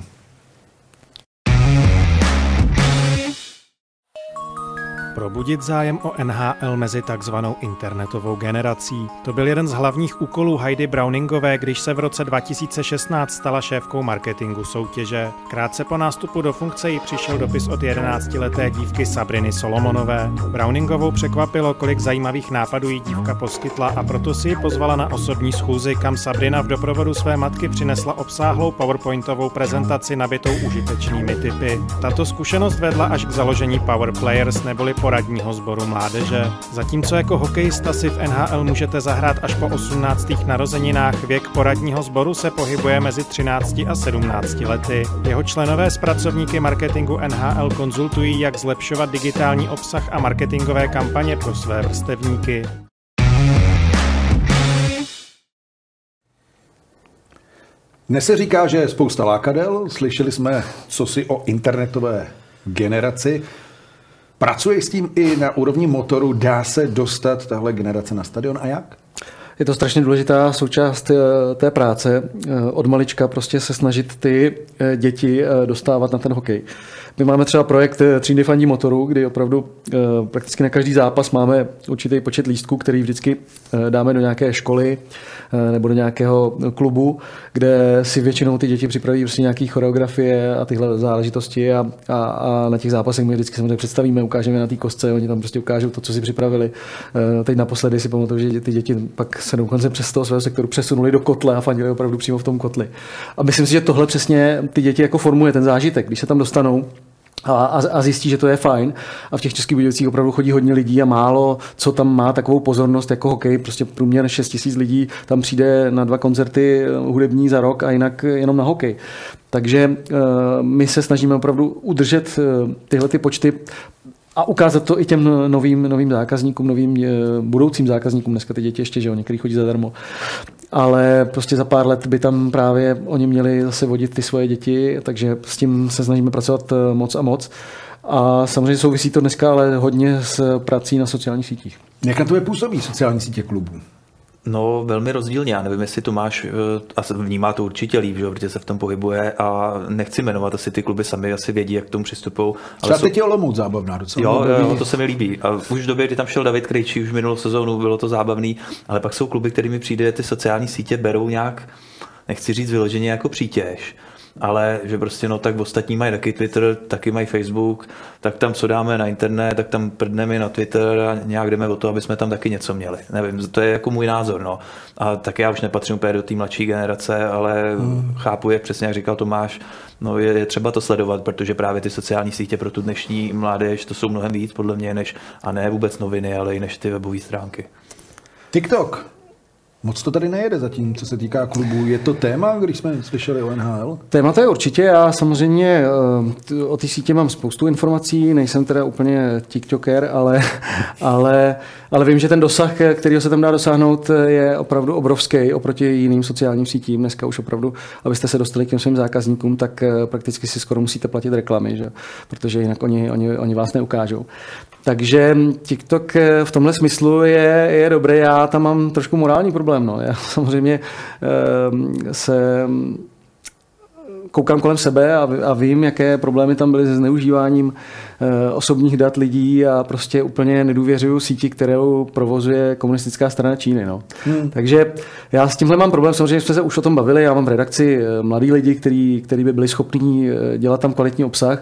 Probudit zájem o N H L mezi takzvanou internetovou generací. To byl jeden z hlavních úkolů Heidi Browningové, když se v roce dva tisíce šestnáct stala šéfkou marketingu soutěže. Krátce po nástupu do funkce jí přišel dopis od jedenáctileté dívky Sabriny Solomonové. Browningovou překvapilo, kolik zajímavých nápadů jí dívka poskytla a proto si ji pozvala na osobní schůzi, kam Sabrina v doprovodu své matky přinesla obsáhlou PowerPointovou prezentaci nabitou užitečnými tipy. Tato zkušenost vedla až k založení Power Players neboli poradního sboru mládeže. Zatímco jako hokejista si v N H L můžete zahrát až po osmnáctých narozeninách, věk poradního sboru se pohybuje mezi třinácti a sedmnácti lety. Jeho členové s pracovníky marketingu N H L konzultují, jak zlepšovat digitální obsah a marketingové kampaně pro své vrstevníky. Dnes se říká, že je spousta lákadel. Slyšeli jsme cosi o internetové generaci. Pracuje s tím i na úrovni motoru, dá se dostat tahle generace na stadion a jak? Je to strašně důležitá součást té práce. Od malička prostě se snažit ty děti dostávat na ten hokej. My máme třeba projekt Třídy fandí motoru, kdy opravdu prakticky na každý zápas máme určitý počet lístků, který vždycky dáme do nějaké školy nebo do nějakého klubu, kde si většinou ty děti připraví prostě nějaké choreografie a tyhle záležitosti a, a, a na těch zápasech my vždycky samozřejmě představíme, ukážeme na té kostce, oni tam prostě ukážou to, co si připravili. Teď naposledy si pamatuju, že ty děti pak se dokonce přes toho svého sektoru přesunuli do kotle a fandili opravdu přímo v tom kotli. A myslím si, že tohle přesně ty děti jako formuje ten zážitek, když se tam dostanou a, a zjistí, že to je fajn. A v těch Českých Budějovicích opravdu chodí hodně lidí a málo, co tam má takovou pozornost jako hokej. Prostě průměr šest tisíc lidí tam přijde na dva koncerty hudební za rok a jinak jenom na hokej. Takže uh, my se snažíme opravdu udržet uh, tyhle ty počty a ukázat to i těm novým, novým zákazníkům, novým uh, budoucím zákazníkům. Dneska ty děti ještě, že jo, některý chodí zadarmo. Ale prostě za pár let by tam právě oni měli zase vodit ty svoje děti, takže s tím se snažíme pracovat moc a moc. A samozřejmě souvisí to dneska ale hodně s prací na sociálních sítích. Jak na to je působí sociální sítě klubů? No, velmi rozdílně. Já nevím, jestli Tomáš a vnímá to určitě líp, že? Protože se v tom pohybuje a nechci jmenovat, asi ty kluby sami asi vědí, jak k tomu přistupují. Třeba teď je Olomouc zábavná docela. Jo, jo, to se mi líbí. A už v době, kdy tam šel David Krejčí, už minulou sezónu, bylo to zábavný, ale pak jsou kluby, kterými přijde ty sociální sítě berou nějak, nechci říct vyloženě jako přítěž, ale že prostě no tak ostatní mají taky Twitter, taky mají Facebook, tak tam co dáme na internet, tak tam prdneme na Twitter a nějak jdeme o to, aby jsme tam taky něco měli. Nevím, to je jako můj názor, no. A tak já už nepatřím úplně do té mladší generace, ale hmm. chápu, jak přesně jak říkal Tomáš, no je, je třeba to sledovat, protože právě ty sociální sítě pro tu dnešní mládež, to jsou mnohem víc podle mě, než, a ne vůbec noviny, ale i než ty webové stránky. TikTok. Moc to tady nejede zatím, co se týká klubů. Je to téma, když jsme slyšeli o N H L? Téma to je určitě. Já samozřejmě o té sítě mám spoustu informací, nejsem teda úplně tiktoker, ale, ale, ale vím, že ten dosah, kterýho se tam dá dosáhnout, je opravdu obrovský oproti jiným sociálním sítím. Dneska už opravdu, abyste se dostali k těm svým zákazníkům, tak prakticky si skoro musíte platit reklamy, že? Protože jinak oni, oni, oni vás neukážou. Takže TikTok v tomhle smyslu je, je dobrý. Já tam mám trošku morální problém. No. Já samozřejmě se koukám kolem sebe a, a vím, jaké problémy tam byly se zneužíváním osobních dat lidí a prostě úplně nedůvěřuju síti, kterou provozuje komunistická strana Číny. No. Hmm. Takže já s tímhle mám problém. Samozřejmě jsme se už o tom bavili. Já mám v redakci mladí lidi, kteří, kteří by byli schopní dělat tam kvalitní obsah.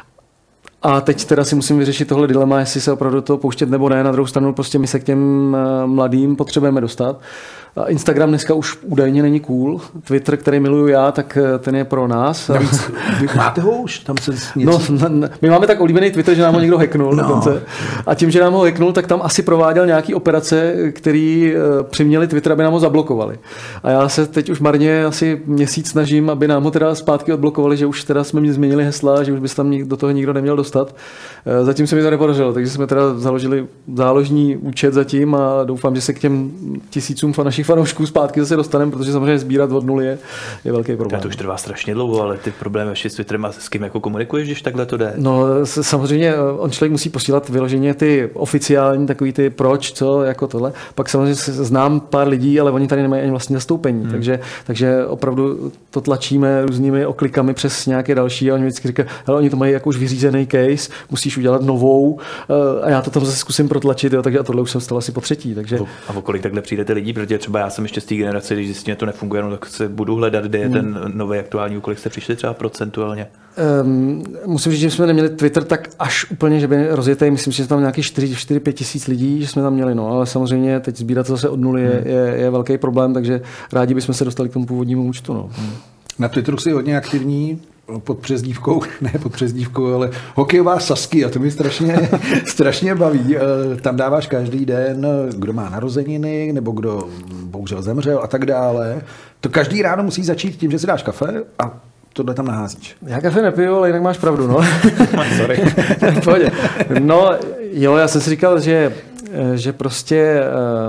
A teď teda si musím vyřešit tohle dilema, jestli se opravdu to pouštět nebo ne. Na druhou stranu prostě my se k těm mladým potřebujeme dostat. Instagram dneska už údajně není cool. Twitter, který miluju já, tak ten je pro nás. Navíc, vy máte ho už? Tam se něco... No, my máme tak oblíbený Twitter, že nám ho někdo hacknul no. dokonce. A tím, že nám ho hacknul, tak tam asi prováděl nějaký operace, který přiměli Twitter, aby nám ho zablokovali. A já se teď už marně asi měsíc snažím, aby nám ho teda zpátky odblokovali, že už teda jsme změnili hesla, že už by se tam do toho nikdo neměl dostat. Zatím se mi to nepodařilo, takže jsme teda založili záložní účet zatím a doufám, že se k těm tisícům našich fanoušků zpátky zase dostaneme, protože samozřejmě sbírat od nuly je, je velký problém. To už trvá strašně dlouho, ale ty problémy ještě s Twitterem a s kým jako komunikuješ, když takhle to jde? No samozřejmě on člověk musí posílat vyloženě ty oficiální takový ty proč, co, jako tohle. Pak samozřejmě znám pár lidí, ale oni tady nemají ani vlastní zastoupení, hmm. takže, takže opravdu to tlačíme různými oklikami přes nějaké další a oni vždycky říkají, hele, oni to mají jako už vyřízený case, musíš udělat novou a já to tam zase zkusím protlačit, jo, takže a tohle už jsem stal asi po třetí. Takže... A o kolik takhle přijdete lidí, protože třeba já jsem ještě z té generace, když zjistím, že to nefunguje, no, tak se budu hledat, kde je hmm. ten nový aktuální, kolik jste přišli třeba procentuálně? Um, musím říct, že jsme neměli Twitter tak až úplně, že by rozjetej, myslím, že tam nějakých čtyři pět tisíc lidí, že jsme tam měli, no, ale samozřejmě teď sbírat zase od nuly je, je, je velký problém, takže rádi bychom se dostali k tomu původnímu účtu. No. Hmm. Na Twitteru jsi hodně aktivní, pod přezdívkou, ne pod přezdívkou, ale hokejová Sasky a to mi strašně, strašně baví. Tam dáváš každý den, kdo má narozeniny, nebo kdo bohužel zemřel a tak dále. To každý ráno musí začít tím, že si dáš kafe a tohle tam naházíš. Já kafe nepiju, ale jinak máš pravdu, no. Sorry. Pohodě. No jo, já jsem si říkal, že, že prostě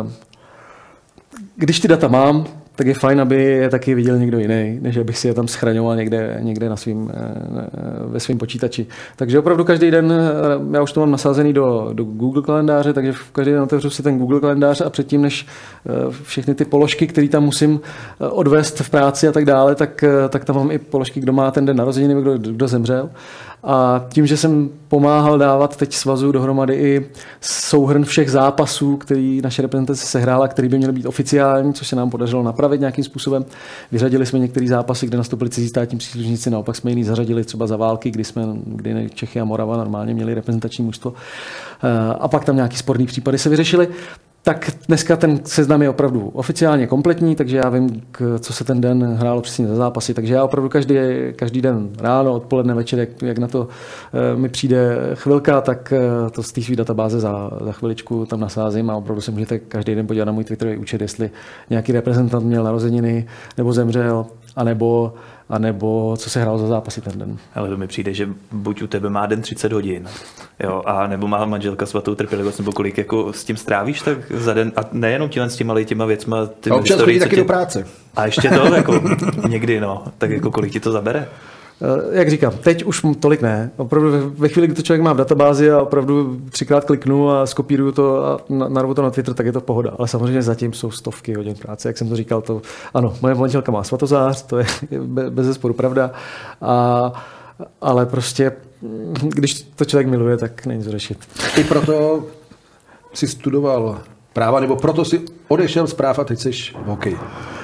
když ty data mám, tak je fajn, aby je taky viděl někdo jiný, než abych si je tam schraňoval někde, někde na svým, ve svém počítači. Takže opravdu každý den, já už to mám nasázený do, do Google kalendáře, takže každý den otevřu si ten Google kalendář a předtím, než všechny ty položky, které tam musím odvést v práci a tak dále, tak, tak tam mám i položky, kdo má ten den narozeniny, kdo, kdo zemřel. A tím, že jsem pomáhal dávat teď svazu dohromady i souhrn všech zápasů, který naše reprezentace sehrála, který by měly být oficiální, což se nám podařilo napravit nějakým způsobem. Vyřadili jsme některé zápasy, kde nastoupili cizí státní příslušníci, naopak jsme jiný zařadili třeba za války, kdy jsme, kdy Čechy a Morava normálně měli reprezentační mužstvo. A pak tam nějaký sporný případy se vyřešily. Tak dneska ten seznam je opravdu oficiálně kompletní, takže já vím, co se ten den hrálo přesně za zápasy. Takže já opravdu každý, každý den ráno, odpoledne, večer, jak, jak na to uh, mi přijde chvilka, tak uh, to z té své databáze za, za chviličku tam nasázím a opravdu se můžete každý den podívat na můj Twitterový účet, jestli nějaký reprezentant měl narozeniny nebo zemřel, anebo a nebo co se hrálo za zápasy ten den. Ale to mi přijde, že buď u tebe má den třicet hodin, jo, a nebo má manželka svatou trpělivost, nebo kolik jako s tím strávíš tak za den, a nejenom tímhle s tím, ale i těma věcma. A občas chodí taky tě... do práce. A ještě to, jako někdy, no, tak jako kolik ti to zabere? Jak říkám, teď už tolik ne. Opravdu ve chvíli, kdy to člověk má v databázi a opravdu třikrát kliknu a skopíruju to a narvu to na Twitter, tak je to pohoda. Ale samozřejmě zatím jsou stovky hodin práce, jak jsem to říkal. To, ano, moje manželka má svatozář, to je bez zesporu pravda. A, ale prostě, když to člověk miluje, tak není co řešit. I proto si studoval práva, nebo proto si odešel z práv a teď jsi v hokeji?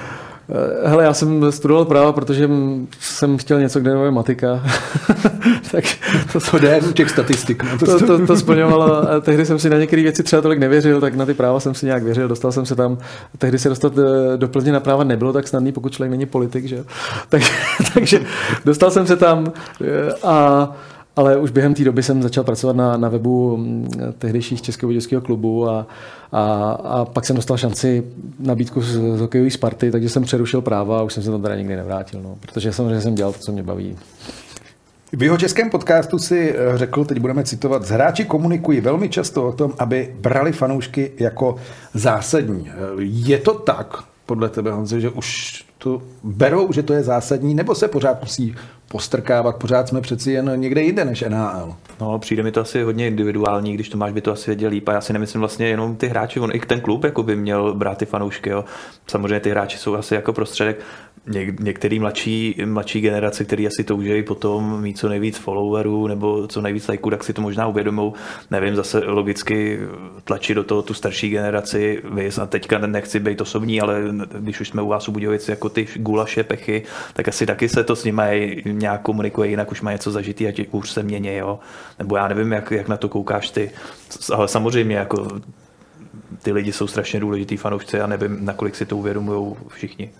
Hele, já jsem studoval práva, protože jsem chtěl něco, kde nebude matika. Tak to, to jde u těch statistik. No, to, to, to, to splňovalo. A tehdy jsem si na některé věci třeba tolik nevěřil, tak na ty práva jsem si nějak věřil. Dostal jsem se tam. Tehdy se dostat do plně na práva nebylo tak snadný, pokud člověk není politik, že? Tak, takže dostal jsem se tam a ale už během té doby jsem začal pracovat na, na webu tehdejších Českobudějovického klubu a, a, a pak jsem dostal šanci nabídku z, z hokejové Sparty, takže jsem přerušil práva a už jsem se tam teda nikdy nevrátil, no, protože samozřejmě jsem dělal to, co mě baví. V jeho českém podcastu si řekl, teď budeme citovat, z hráči komunikují velmi často o tom, aby brali fanoušky jako zásadní. Je to tak, podle tebe, Honzo, že už to berou, že to je zásadní, nebo se pořád musí postrkávat, pořád jsme přeci jen někde jinde než N H L? No, přijde mi to asi hodně individuální, když to máš, by to asi věděl líp. A já si nemyslím vlastně jenom ty hráči, on i ten klub jako by měl brát ty fanoušky. Jo. Samozřejmě ty hráči jsou asi jako prostředek. Něk, některý mladší, mladší generace, který asi toužejí potom mít co nejvíc followerů nebo co nejvíc lajků, tak si to možná uvědomou. Nevím, zase logicky tlačí do toho tu starší generaci. A teďka nechci být osobní, ale když už jsme u vás u Budějovic jako ty gulaše, pechy, tak asi taky se to s nimi nějak komunikuje, jinak už má něco zažitý a už se mění, jo. Nebo já nevím, jak, jak na to koukáš ty. Ale samozřejmě jako ty lidi jsou strašně důležitý fanoušci a nevím, nakolik si to uvědomují všichni.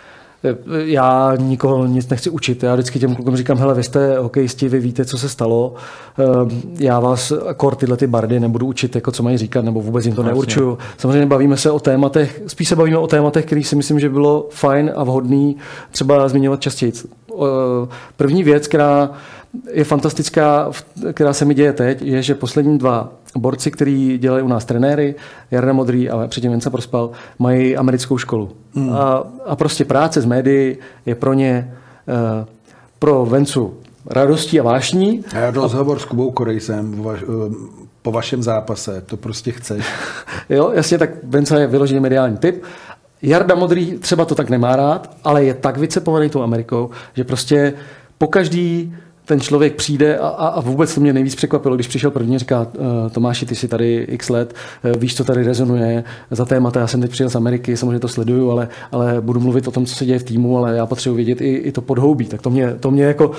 Já nikoho nic nechci učit. Já vždycky těm klukům říkám, hele, vy jste hokejisti, vy víte, co se stalo. Já vás akor tyhle ty bardy nebudu učit, jako co mají říkat, nebo vůbec jim to neurčuju. Samozřejmě bavíme se o tématech, spíš se bavíme o tématech, který si myslím, že bylo fajn a vhodný třeba zmiňovat častěji. První věc, která je fantastická, která se mi děje teď, je, že poslední dva borci, kteří dělají u nás trenéry, Jarda Modrý a předtím Venca Prospal, mají americkou školu. Hmm. A, a prostě práce s médií je pro ně, uh, pro Vencu radostí a vášní. A já rozhovor s Kubou Korejsem vaš, uh, po vašem zápase, to prostě chceš. Jo, jasně, tak Venca je vyloženě mediální typ. Jarda Modrý třeba to tak nemá rád, ale je tak vycepovaný tou Amerikou, že prostě pokaždý ten člověk přijde a, a vůbec to mě nejvíc překvapilo, když přišel první, říká, Tomáši, ty jsi tady x let, víš, co tady rezonuje za témata, já jsem teď přijel z Ameriky, samozřejmě to sleduju, ale, ale budu mluvit o tom, co se děje v týmu, ale já potřebuji vědět i, i to podhoubí. Tak to mě, to mě jako uh,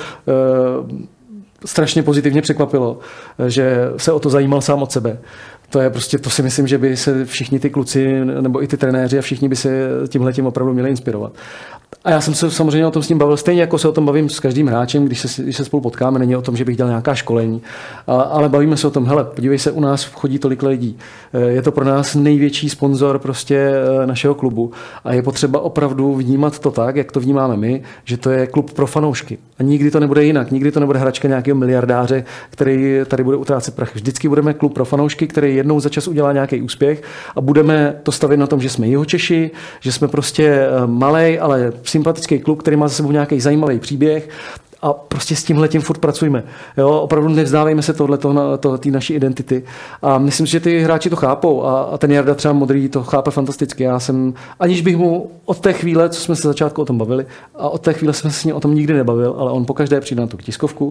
strašně pozitivně překvapilo, že se o to zajímal sám od sebe. To je prostě, to si myslím, že by se všichni ty kluci, nebo i ty trenéři a všichni by se tímhletím opravdu měli inspirovat. A já jsem se samozřejmě o tom s ním bavil, stejně jako se o tom bavím s každým hráčem, když se, když se spolu potkáme, není o tom, že bych dělal nějaká školení, ale, ale bavíme se o tom, hele, podívej se, u nás chodí tolik lidí. Je to pro nás největší sponzor prostě našeho klubu a je potřeba opravdu vnímat to tak, jak to vnímáme my, že to je klub pro fanoušky. A nikdy to nebude jinak, nikdy to nebude hračka nějakého miliardáře, který tady bude utrácet prach. Vždycky budeme klub pro fanoušky, který jednou za čas udělá nějaký úspěch a budeme to stavět na tom, že jsme Jihočeši, že jsme prostě malej, ale sympatický klub, který má za sebou nějaký zajímavý příběh a prostě s tímhletím furt pracujeme. Jo, opravdu nevzdávejme se tohleto, to, té naší identity. A myslím, že ty hráči to chápou a, a ten Jarda třeba Modrý to chápe fantasticky. Já jsem, aniž bych mu od té chvíle, co jsme se začátku o tom bavili, a od té chvíle jsme se s ním o tom nikdy nebavil, ale on pokaždé přijde na tu tiskovku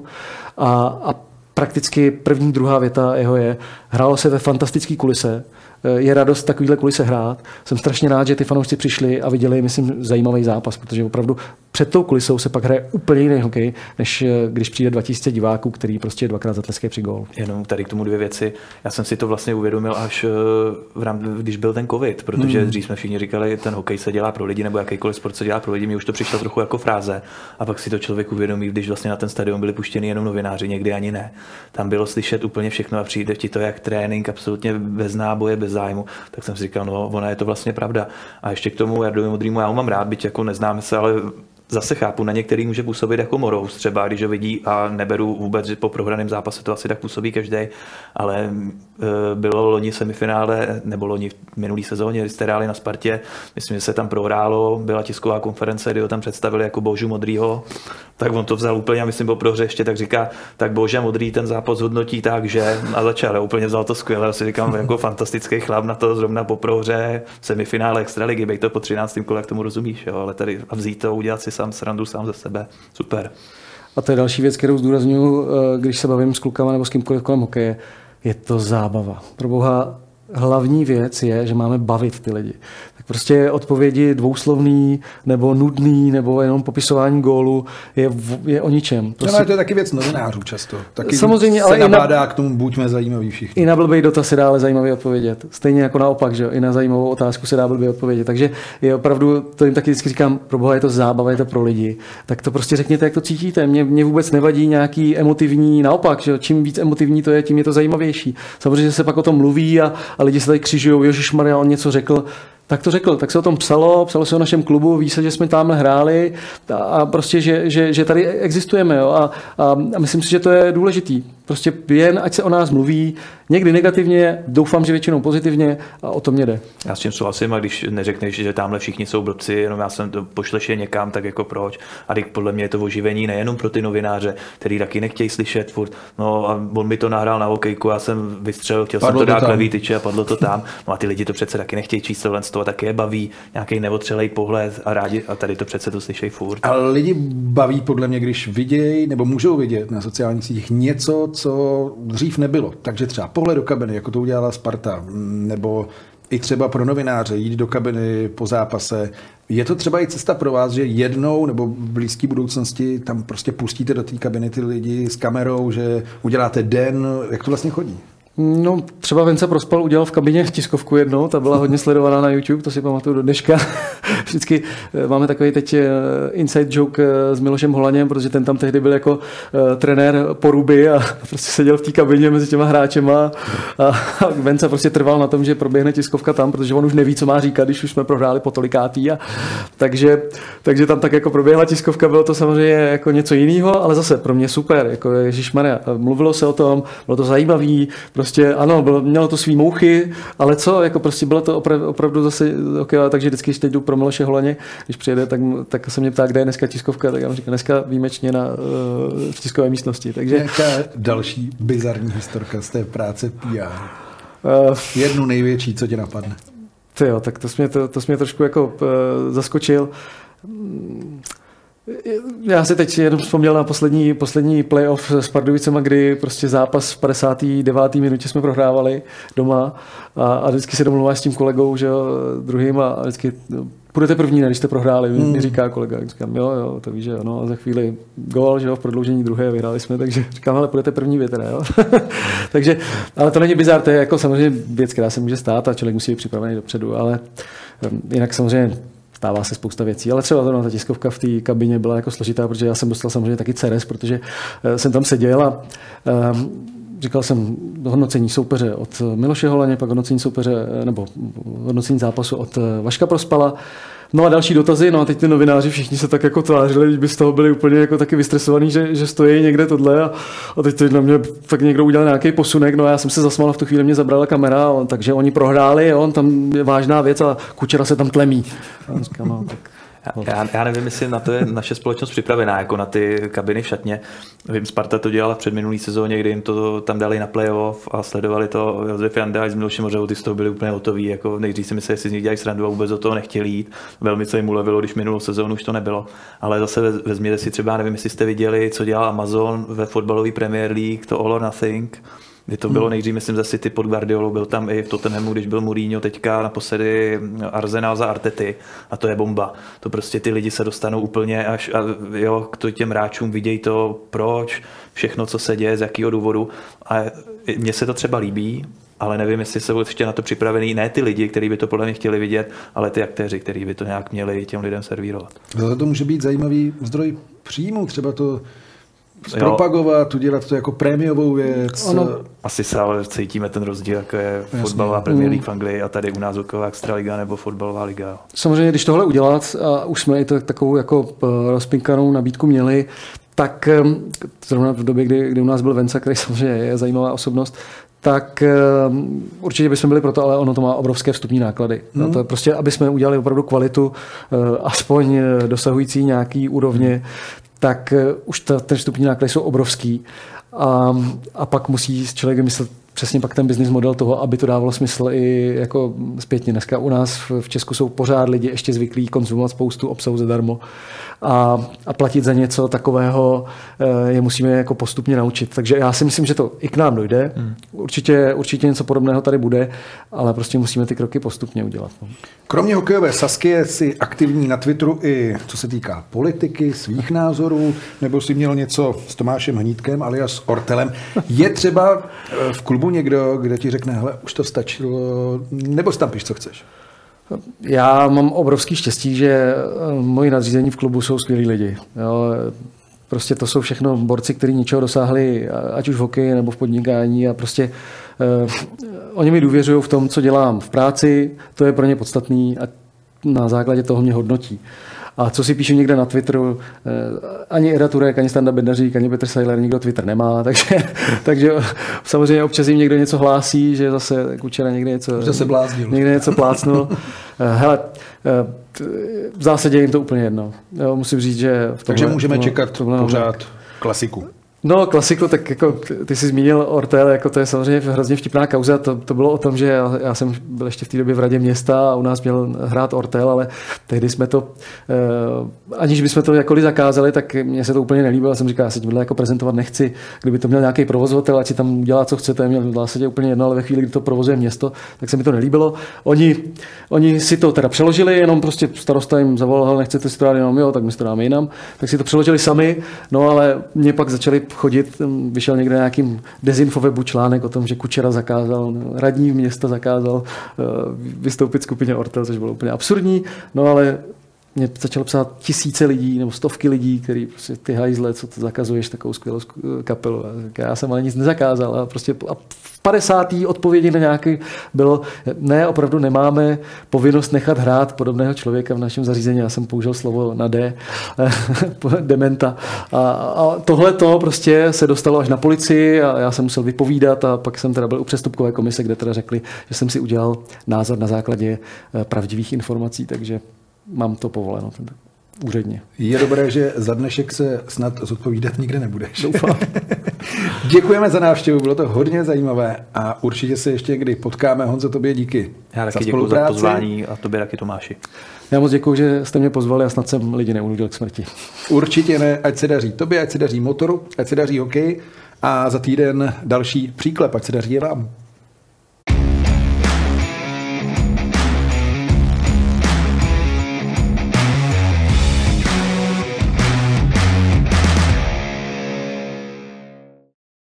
a, a prakticky první, druhá věta jeho je, hrálo se ve fantastické kulise, je radost takovýhle kulise hrát. Jsem strašně rád, že ty fanoušci přišli a viděli, myslím, zajímavý zápas, protože opravdu před tou kulisou se pak hraje úplně jiný hokej, než když přijde dva tisíce diváků, který prostě dvakrát zatleskají při gól. Jenom tady k tomu dvě věci. Já jsem si to vlastně uvědomil až v rám, když byl ten covid, protože hmm. dřív jsme všichni říkali, ten hokej se dělá pro lidi, nebo jakýkoliv sport se dělá pro lidi. Mně už to přišlo trochu jako fráze. A pak si to člověk uvědomí, když vlastně na ten stadion byli puštěni jenom novináři, někdy ani ne. Tam bylo slyšet úplně všechno a přijde ti to jak trénink, absolutně bez náboje, bez zájmu. Tak jsem si říkal, no, ona je to vlastně pravda. A ještě k tomu Jardovi Modrýmu, já ho mám rád, byť jako neznáme se, ale zase chápu, na některý může působit jako morous, třeba když ho vidí a neberu vůbec, že po prohraném zápase to asi tak působí každý, ale e, bylo loni semifinále, nebo loni v minulý sezóně, když jste hráli na Spartě, myslím, že se tam prohrálo, byla tisková konference, kdy ho tam představili jako Božu Modrýho, tak on to vzal úplně, a myslím, po prohře ještě tak říká, tak Boža Modrý ten zápas hodnotí tak, že a začal, a úplně vzal to skvěle, asi říkám, jako fantastický chlap na to zrovna po prohře, semifinále extraligy, bej to po třináctém kole, jak tomu rozumíš, jo, ale tady a vzít to, udělat si sám srandu sám ze sebe. Super. A to je další věc, kterou zdůrazňuji, když se bavím s klukama nebo s kýmkoliv kolem hokeje. Je to zábava. Pro boha, hlavní věc je, že máme bavit ty lidi. Tak prostě odpovědi dvouslovný, nebo nudný, nebo jenom popisování gólu je, je o ničem. Prostě... No, ale to je taky věc novinářů často. Taky samozřejmě, se ale nabádá na... k tomu, buďme zajímaví všichni. I na blbej dotaz se dá ale zajímavě odpovědět. Stejně jako naopak, že jo? I na zajímavou otázku se dá blbě odpovědět. Takže je opravdu, to jim taky vždycky říkám, pro boha je to zábava, je to pro lidi. Tak to prostě řekněte, jak to cítíte. Mě, mě vůbec nevadí nějaký emotivní, naopak, že jo? Čím víc emotivní to je, tím je to zajímavější. Samozřejmě se pak o tom mluví a, a lidi se tady křižují, ježišmarja, on něco řekl. Tak to řekl, tak se o tom psalo, psalo se o našem klubu, ví se, že jsme tamhle hráli a, a prostě, že, že, že tady existujeme. Jo? A, a, a myslím si, že to je důležitý. Prostě jen, ať se o nás mluví, někdy negativně, doufám, že většinou pozitivně a o to mě jde. Já s tím souhlasím a když neřekneš, že tamhle všichni jsou blbci, jenom já jsem to pošleš je někam, tak jako proč? A teď podle mě je to oživení nejenom pro ty novináře, který taky nechtějí slyšet furt. No a on mi to nahrál na hokejku, já jsem vystřelil, chtěl padlo jsem to dát levý tyče a padlo to tam. No a ty lidi to přece taky nechtějí číst tohle z toho, taky je baví nějaký neotřelej pohled a rádi a tady to přece to slyšejí furt. Ale lidi baví podle mě, když vidějí nebo můžou vidět na sociálních sítích něco, co dřív nebylo. Takže třeba pohled do kabiny, jako to udělala Sparta, nebo i třeba pro novináře jít do kabiny po zápase. Je to třeba i cesta pro vás, že jednou nebo v blízké budoucnosti tam prostě pustíte do té kabiny ty lidi s kamerou, že uděláte den, jak to vlastně chodí? No, třeba Venca Prospal udělal v kabině tiskovku jednou, ta byla hodně sledovaná na YouTube, to si pamatuju do dneška. Vždycky máme takový teď inside joke s Milošem Holaněm, protože ten tam tehdy byl jako uh, trenér Poruby a prostě seděl v té kabině mezi těma hráčema a, a Venca prostě trval na tom, že proběhne tiskovka tam, protože on už neví, co má říkat, když už jsme prohráli po tolikátý. A, takže, takže tam tak jako proběhla tiskovka, bylo to samozřejmě jako něco jiného, ale zase pro mě super, jako ježišmarja, mluvilo se o tom, bylo to zajímavý, prostě ano, bylo, mělo to svý mouchy, ale co, jako prostě bylo to oprav, opravdu zase okay, takže vždycky, když teď jdu pro Miloše Holaně, když přijede, tak, tak se mě ptá, kde je dneska tiskovka, tak já mu říkám, dneska výjimečně na, uh, v tiskové místnosti. Takže... Jaká další bizarní historka z té práce P R? Uh, Jednu největší, co tě napadne? To jo, tak to jsi mě, to, to jsi mě trošku jako uh, zaskočil. Já si teď jenom vzpomněl na poslední, poslední playoff s Pardubicema, kdy prostě zápas v padesáté deváté minutě jsme prohrávali doma a, a vždycky se domluváš s tím kolegou, že jo, druhým a vždycky no, půjdete první, ne, když jste prohráli, hmm. mi říká kolega. Říkám, jo, jo, to víš, že ano, a za chvíli gól, že jo, v prodloužení druhé vyhráli jsme, takže říkám, ale půjdete první vy teda, jo. Takže, ale to není bizár, to je jako samozřejmě věc, která se může stát a člověk musí být připravený dopředu, ale um, jinak samozřejmě stává se spousta věcí, ale třeba ta tiskovka v té kabině byla jako složitá, protože já jsem dostal samozřejmě taky C R S, protože jsem tam seděl a um, říkal jsem hodnocení soupeře od Miloše Holaně, pak hodnocení soupeře, nebo hodnocení zápasu od Vaška Prospala. No a další dotazy, no a teď ty novináři všichni se tak jako tvářili, by z toho byli úplně jako taky vystresovaní, že, že stojí někde tohle a, a teď to na mě tak někdo udělal nějaký posunek, no a já jsem se zasmal, v tu chvíli mě zabrala kamera, on, takže oni prohráli, jo, on tam je vážná věc a Kučera se tam tlemí. A říkám, no, tak... Já, já nevím, jestli na to je naše společnost připravená, jako na ty kabiny v šatně. Vím, Sparta to dělala v předminulý sezóně, kdy jim to tam dali na playoff a sledovali to Josef Janda a s Milošem Hořavou, ty z toho byli úplně hotoví. Jako nejdřív si mysleli, jestli z nich dělají srandu a vůbec do toho nechtěli jít. Velmi se jim ulevilo, když minulou sezónu už to nebylo. Ale zase vezměte si třeba, nevím, jestli jste viděli, co dělal Amazon ve fotbalové Premier League, to All or Nothing. Kdy to bylo nejdřív, myslím, za City pod Guardiolou, byl tam i v Tottenhamu, když byl Mourinho, teďka naposledy Arsenal za Artety a to je bomba. To prostě ty lidi se dostanou úplně až a jo, k těm hráčům vidějí to, proč, všechno, co se děje, z jakého důvodu a mně se to třeba líbí, ale nevím, jestli jsou ještě na to připravený ne ty lidi, kteří by to podle mě chtěli vidět, ale ty aktéři, kteří by to nějak měli těm lidem servírovat. Za to může být zajímavý zdroj příjmu, třeba to zpropagovat, udělat to jako prémiovou věc. Ono, asi se ale cítíme ten rozdíl, jako je fotbalová Premier League v Anglii a tady u nás hokejová extraliga nebo fotbalová liga. Samozřejmě, když tohle udělat, a už jsme i to, takovou jako rozpinkanou nabídku měli, tak zrovna v době, kdy, kdy u nás byl Venca, který samozřejmě je zajímavá osobnost, tak um, určitě bychom byli proto, ale ono to má obrovské vstupní náklady. Hmm. No, to je prostě, aby jsme udělali opravdu kvalitu, uh, aspoň dosahující nějaký úrovně, hmm. tak uh, už ta, ten vstupní náklady jsou obrovský. A, a pak musí člověk vymyslet přesně pak ten business model toho, aby to dávalo smysl i jako zpětně. Dneska u nás v Česku jsou pořád lidi ještě zvyklí konzumovat spoustu obsahu zadarmo a, a platit za něco takového je musíme jako postupně naučit. Takže já si myslím, že to i k nám dojde. Hmm. Určitě, určitě něco podobného tady bude, ale prostě musíme ty kroky postupně udělat. Kromě hokejové Sasky je si aktivní na Twitteru i co se týká politiky, svých názorů, nebo si měl něco s Tomášem Hnídkem alias Ortelem. Je třeba v klubu někdo, kde ti řekne, hele, už to stačilo, nebo si tam píš, co chceš? Já mám obrovský štěstí, že moji nadřízení v klubu jsou skvělí lidi. Jo. Prostě to jsou všechno borci, kteří ničeho dosáhli, ať už v hokeji nebo v podnikání a prostě eh, oni mi důvěřují v tom, co dělám v práci, to je pro ně podstatný a na základě toho mě hodnotí. A co si píšu někde na Twitteru, ani Eda Turek, ani Standa Bednařík, ani Petr Seiler, nikdo Twitter nemá, takže, takže samozřejmě občas jim někdo něco hlásí, že zase Kučera někde něco, zase bláznil. Někde něco plácnul. Hele, v zásadě jim to úplně jedno. Jo, musím říct, že... V tomhle, takže můžeme tomhle, čekat tomhle, pořád klasiku. No, klasiku, tak jako ty jsi zmínil Ortel, jako to je samozřejmě hrozně vtipná kauza. To, to bylo o tom, že já, já jsem byl ještě v té době v radě města a u nás měl hrát Ortel, ale tehdy jsme to, eh, aniž bychom to jakkoliv zakázali, tak mně se to úplně nelíbilo. Já jsem říkal, já se tímhle jako prezentovat nechci. Kdyby to měl nějaký provozovatel, ať si tam dělá, co chce, to je mě v zásadě úplně jedno, ale ve chvíli, kdy to provozuje město, tak se mi to nelíbilo. Oni, oni si to teda přeložili, jenom prostě starosta jim zavolal, nechcete si to dát jenom, jo, tak my si to dáme jinam. Tak si to přeložili sami, no ale mě pak začali chodit, vyšel někde nějakým dezinfowebu článek o tom, že Kučera zakázal, radní města zakázal vystoupit skupině Ortel, což bylo úplně absurdní, no ale mě začalo psát tisíce lidí nebo stovky lidí, který prostě ty hajzle, co to zakazuješ, takovou skvělou kapelu. Já jsem ale nic nezakázal a prostě a v padesátý odpovědi na nějaký bylo, ne, opravdu nemáme povinnost nechat hrát podobného člověka v našem zařízení. Já jsem použil slovo na D, dementa. A, a tohle to prostě se dostalo až na policii a já jsem musel vypovídat a pak jsem teda byl u přestupkové komise, kde teda řekli, že jsem si udělal názor na základě pravdivých informací, takže mám to povoleno úředně. Je dobré, že za dnešek se snad zodpovídat nikde nebudeš. Doufám. Děkujeme za návštěvu, bylo to hodně zajímavé a určitě se ještě kdy potkáme. Honzo, tobě díky. Já taky děkuji za pozvání a tobě taky, Tomáši. Já moc děkuji, že jste mě pozvali a snad jsem lidi neunudil k smrti. Určitě ne, ať se daří tobě, ať se daří motoru, ať se daří hokej a za týden další příklep, ať se daří je vám.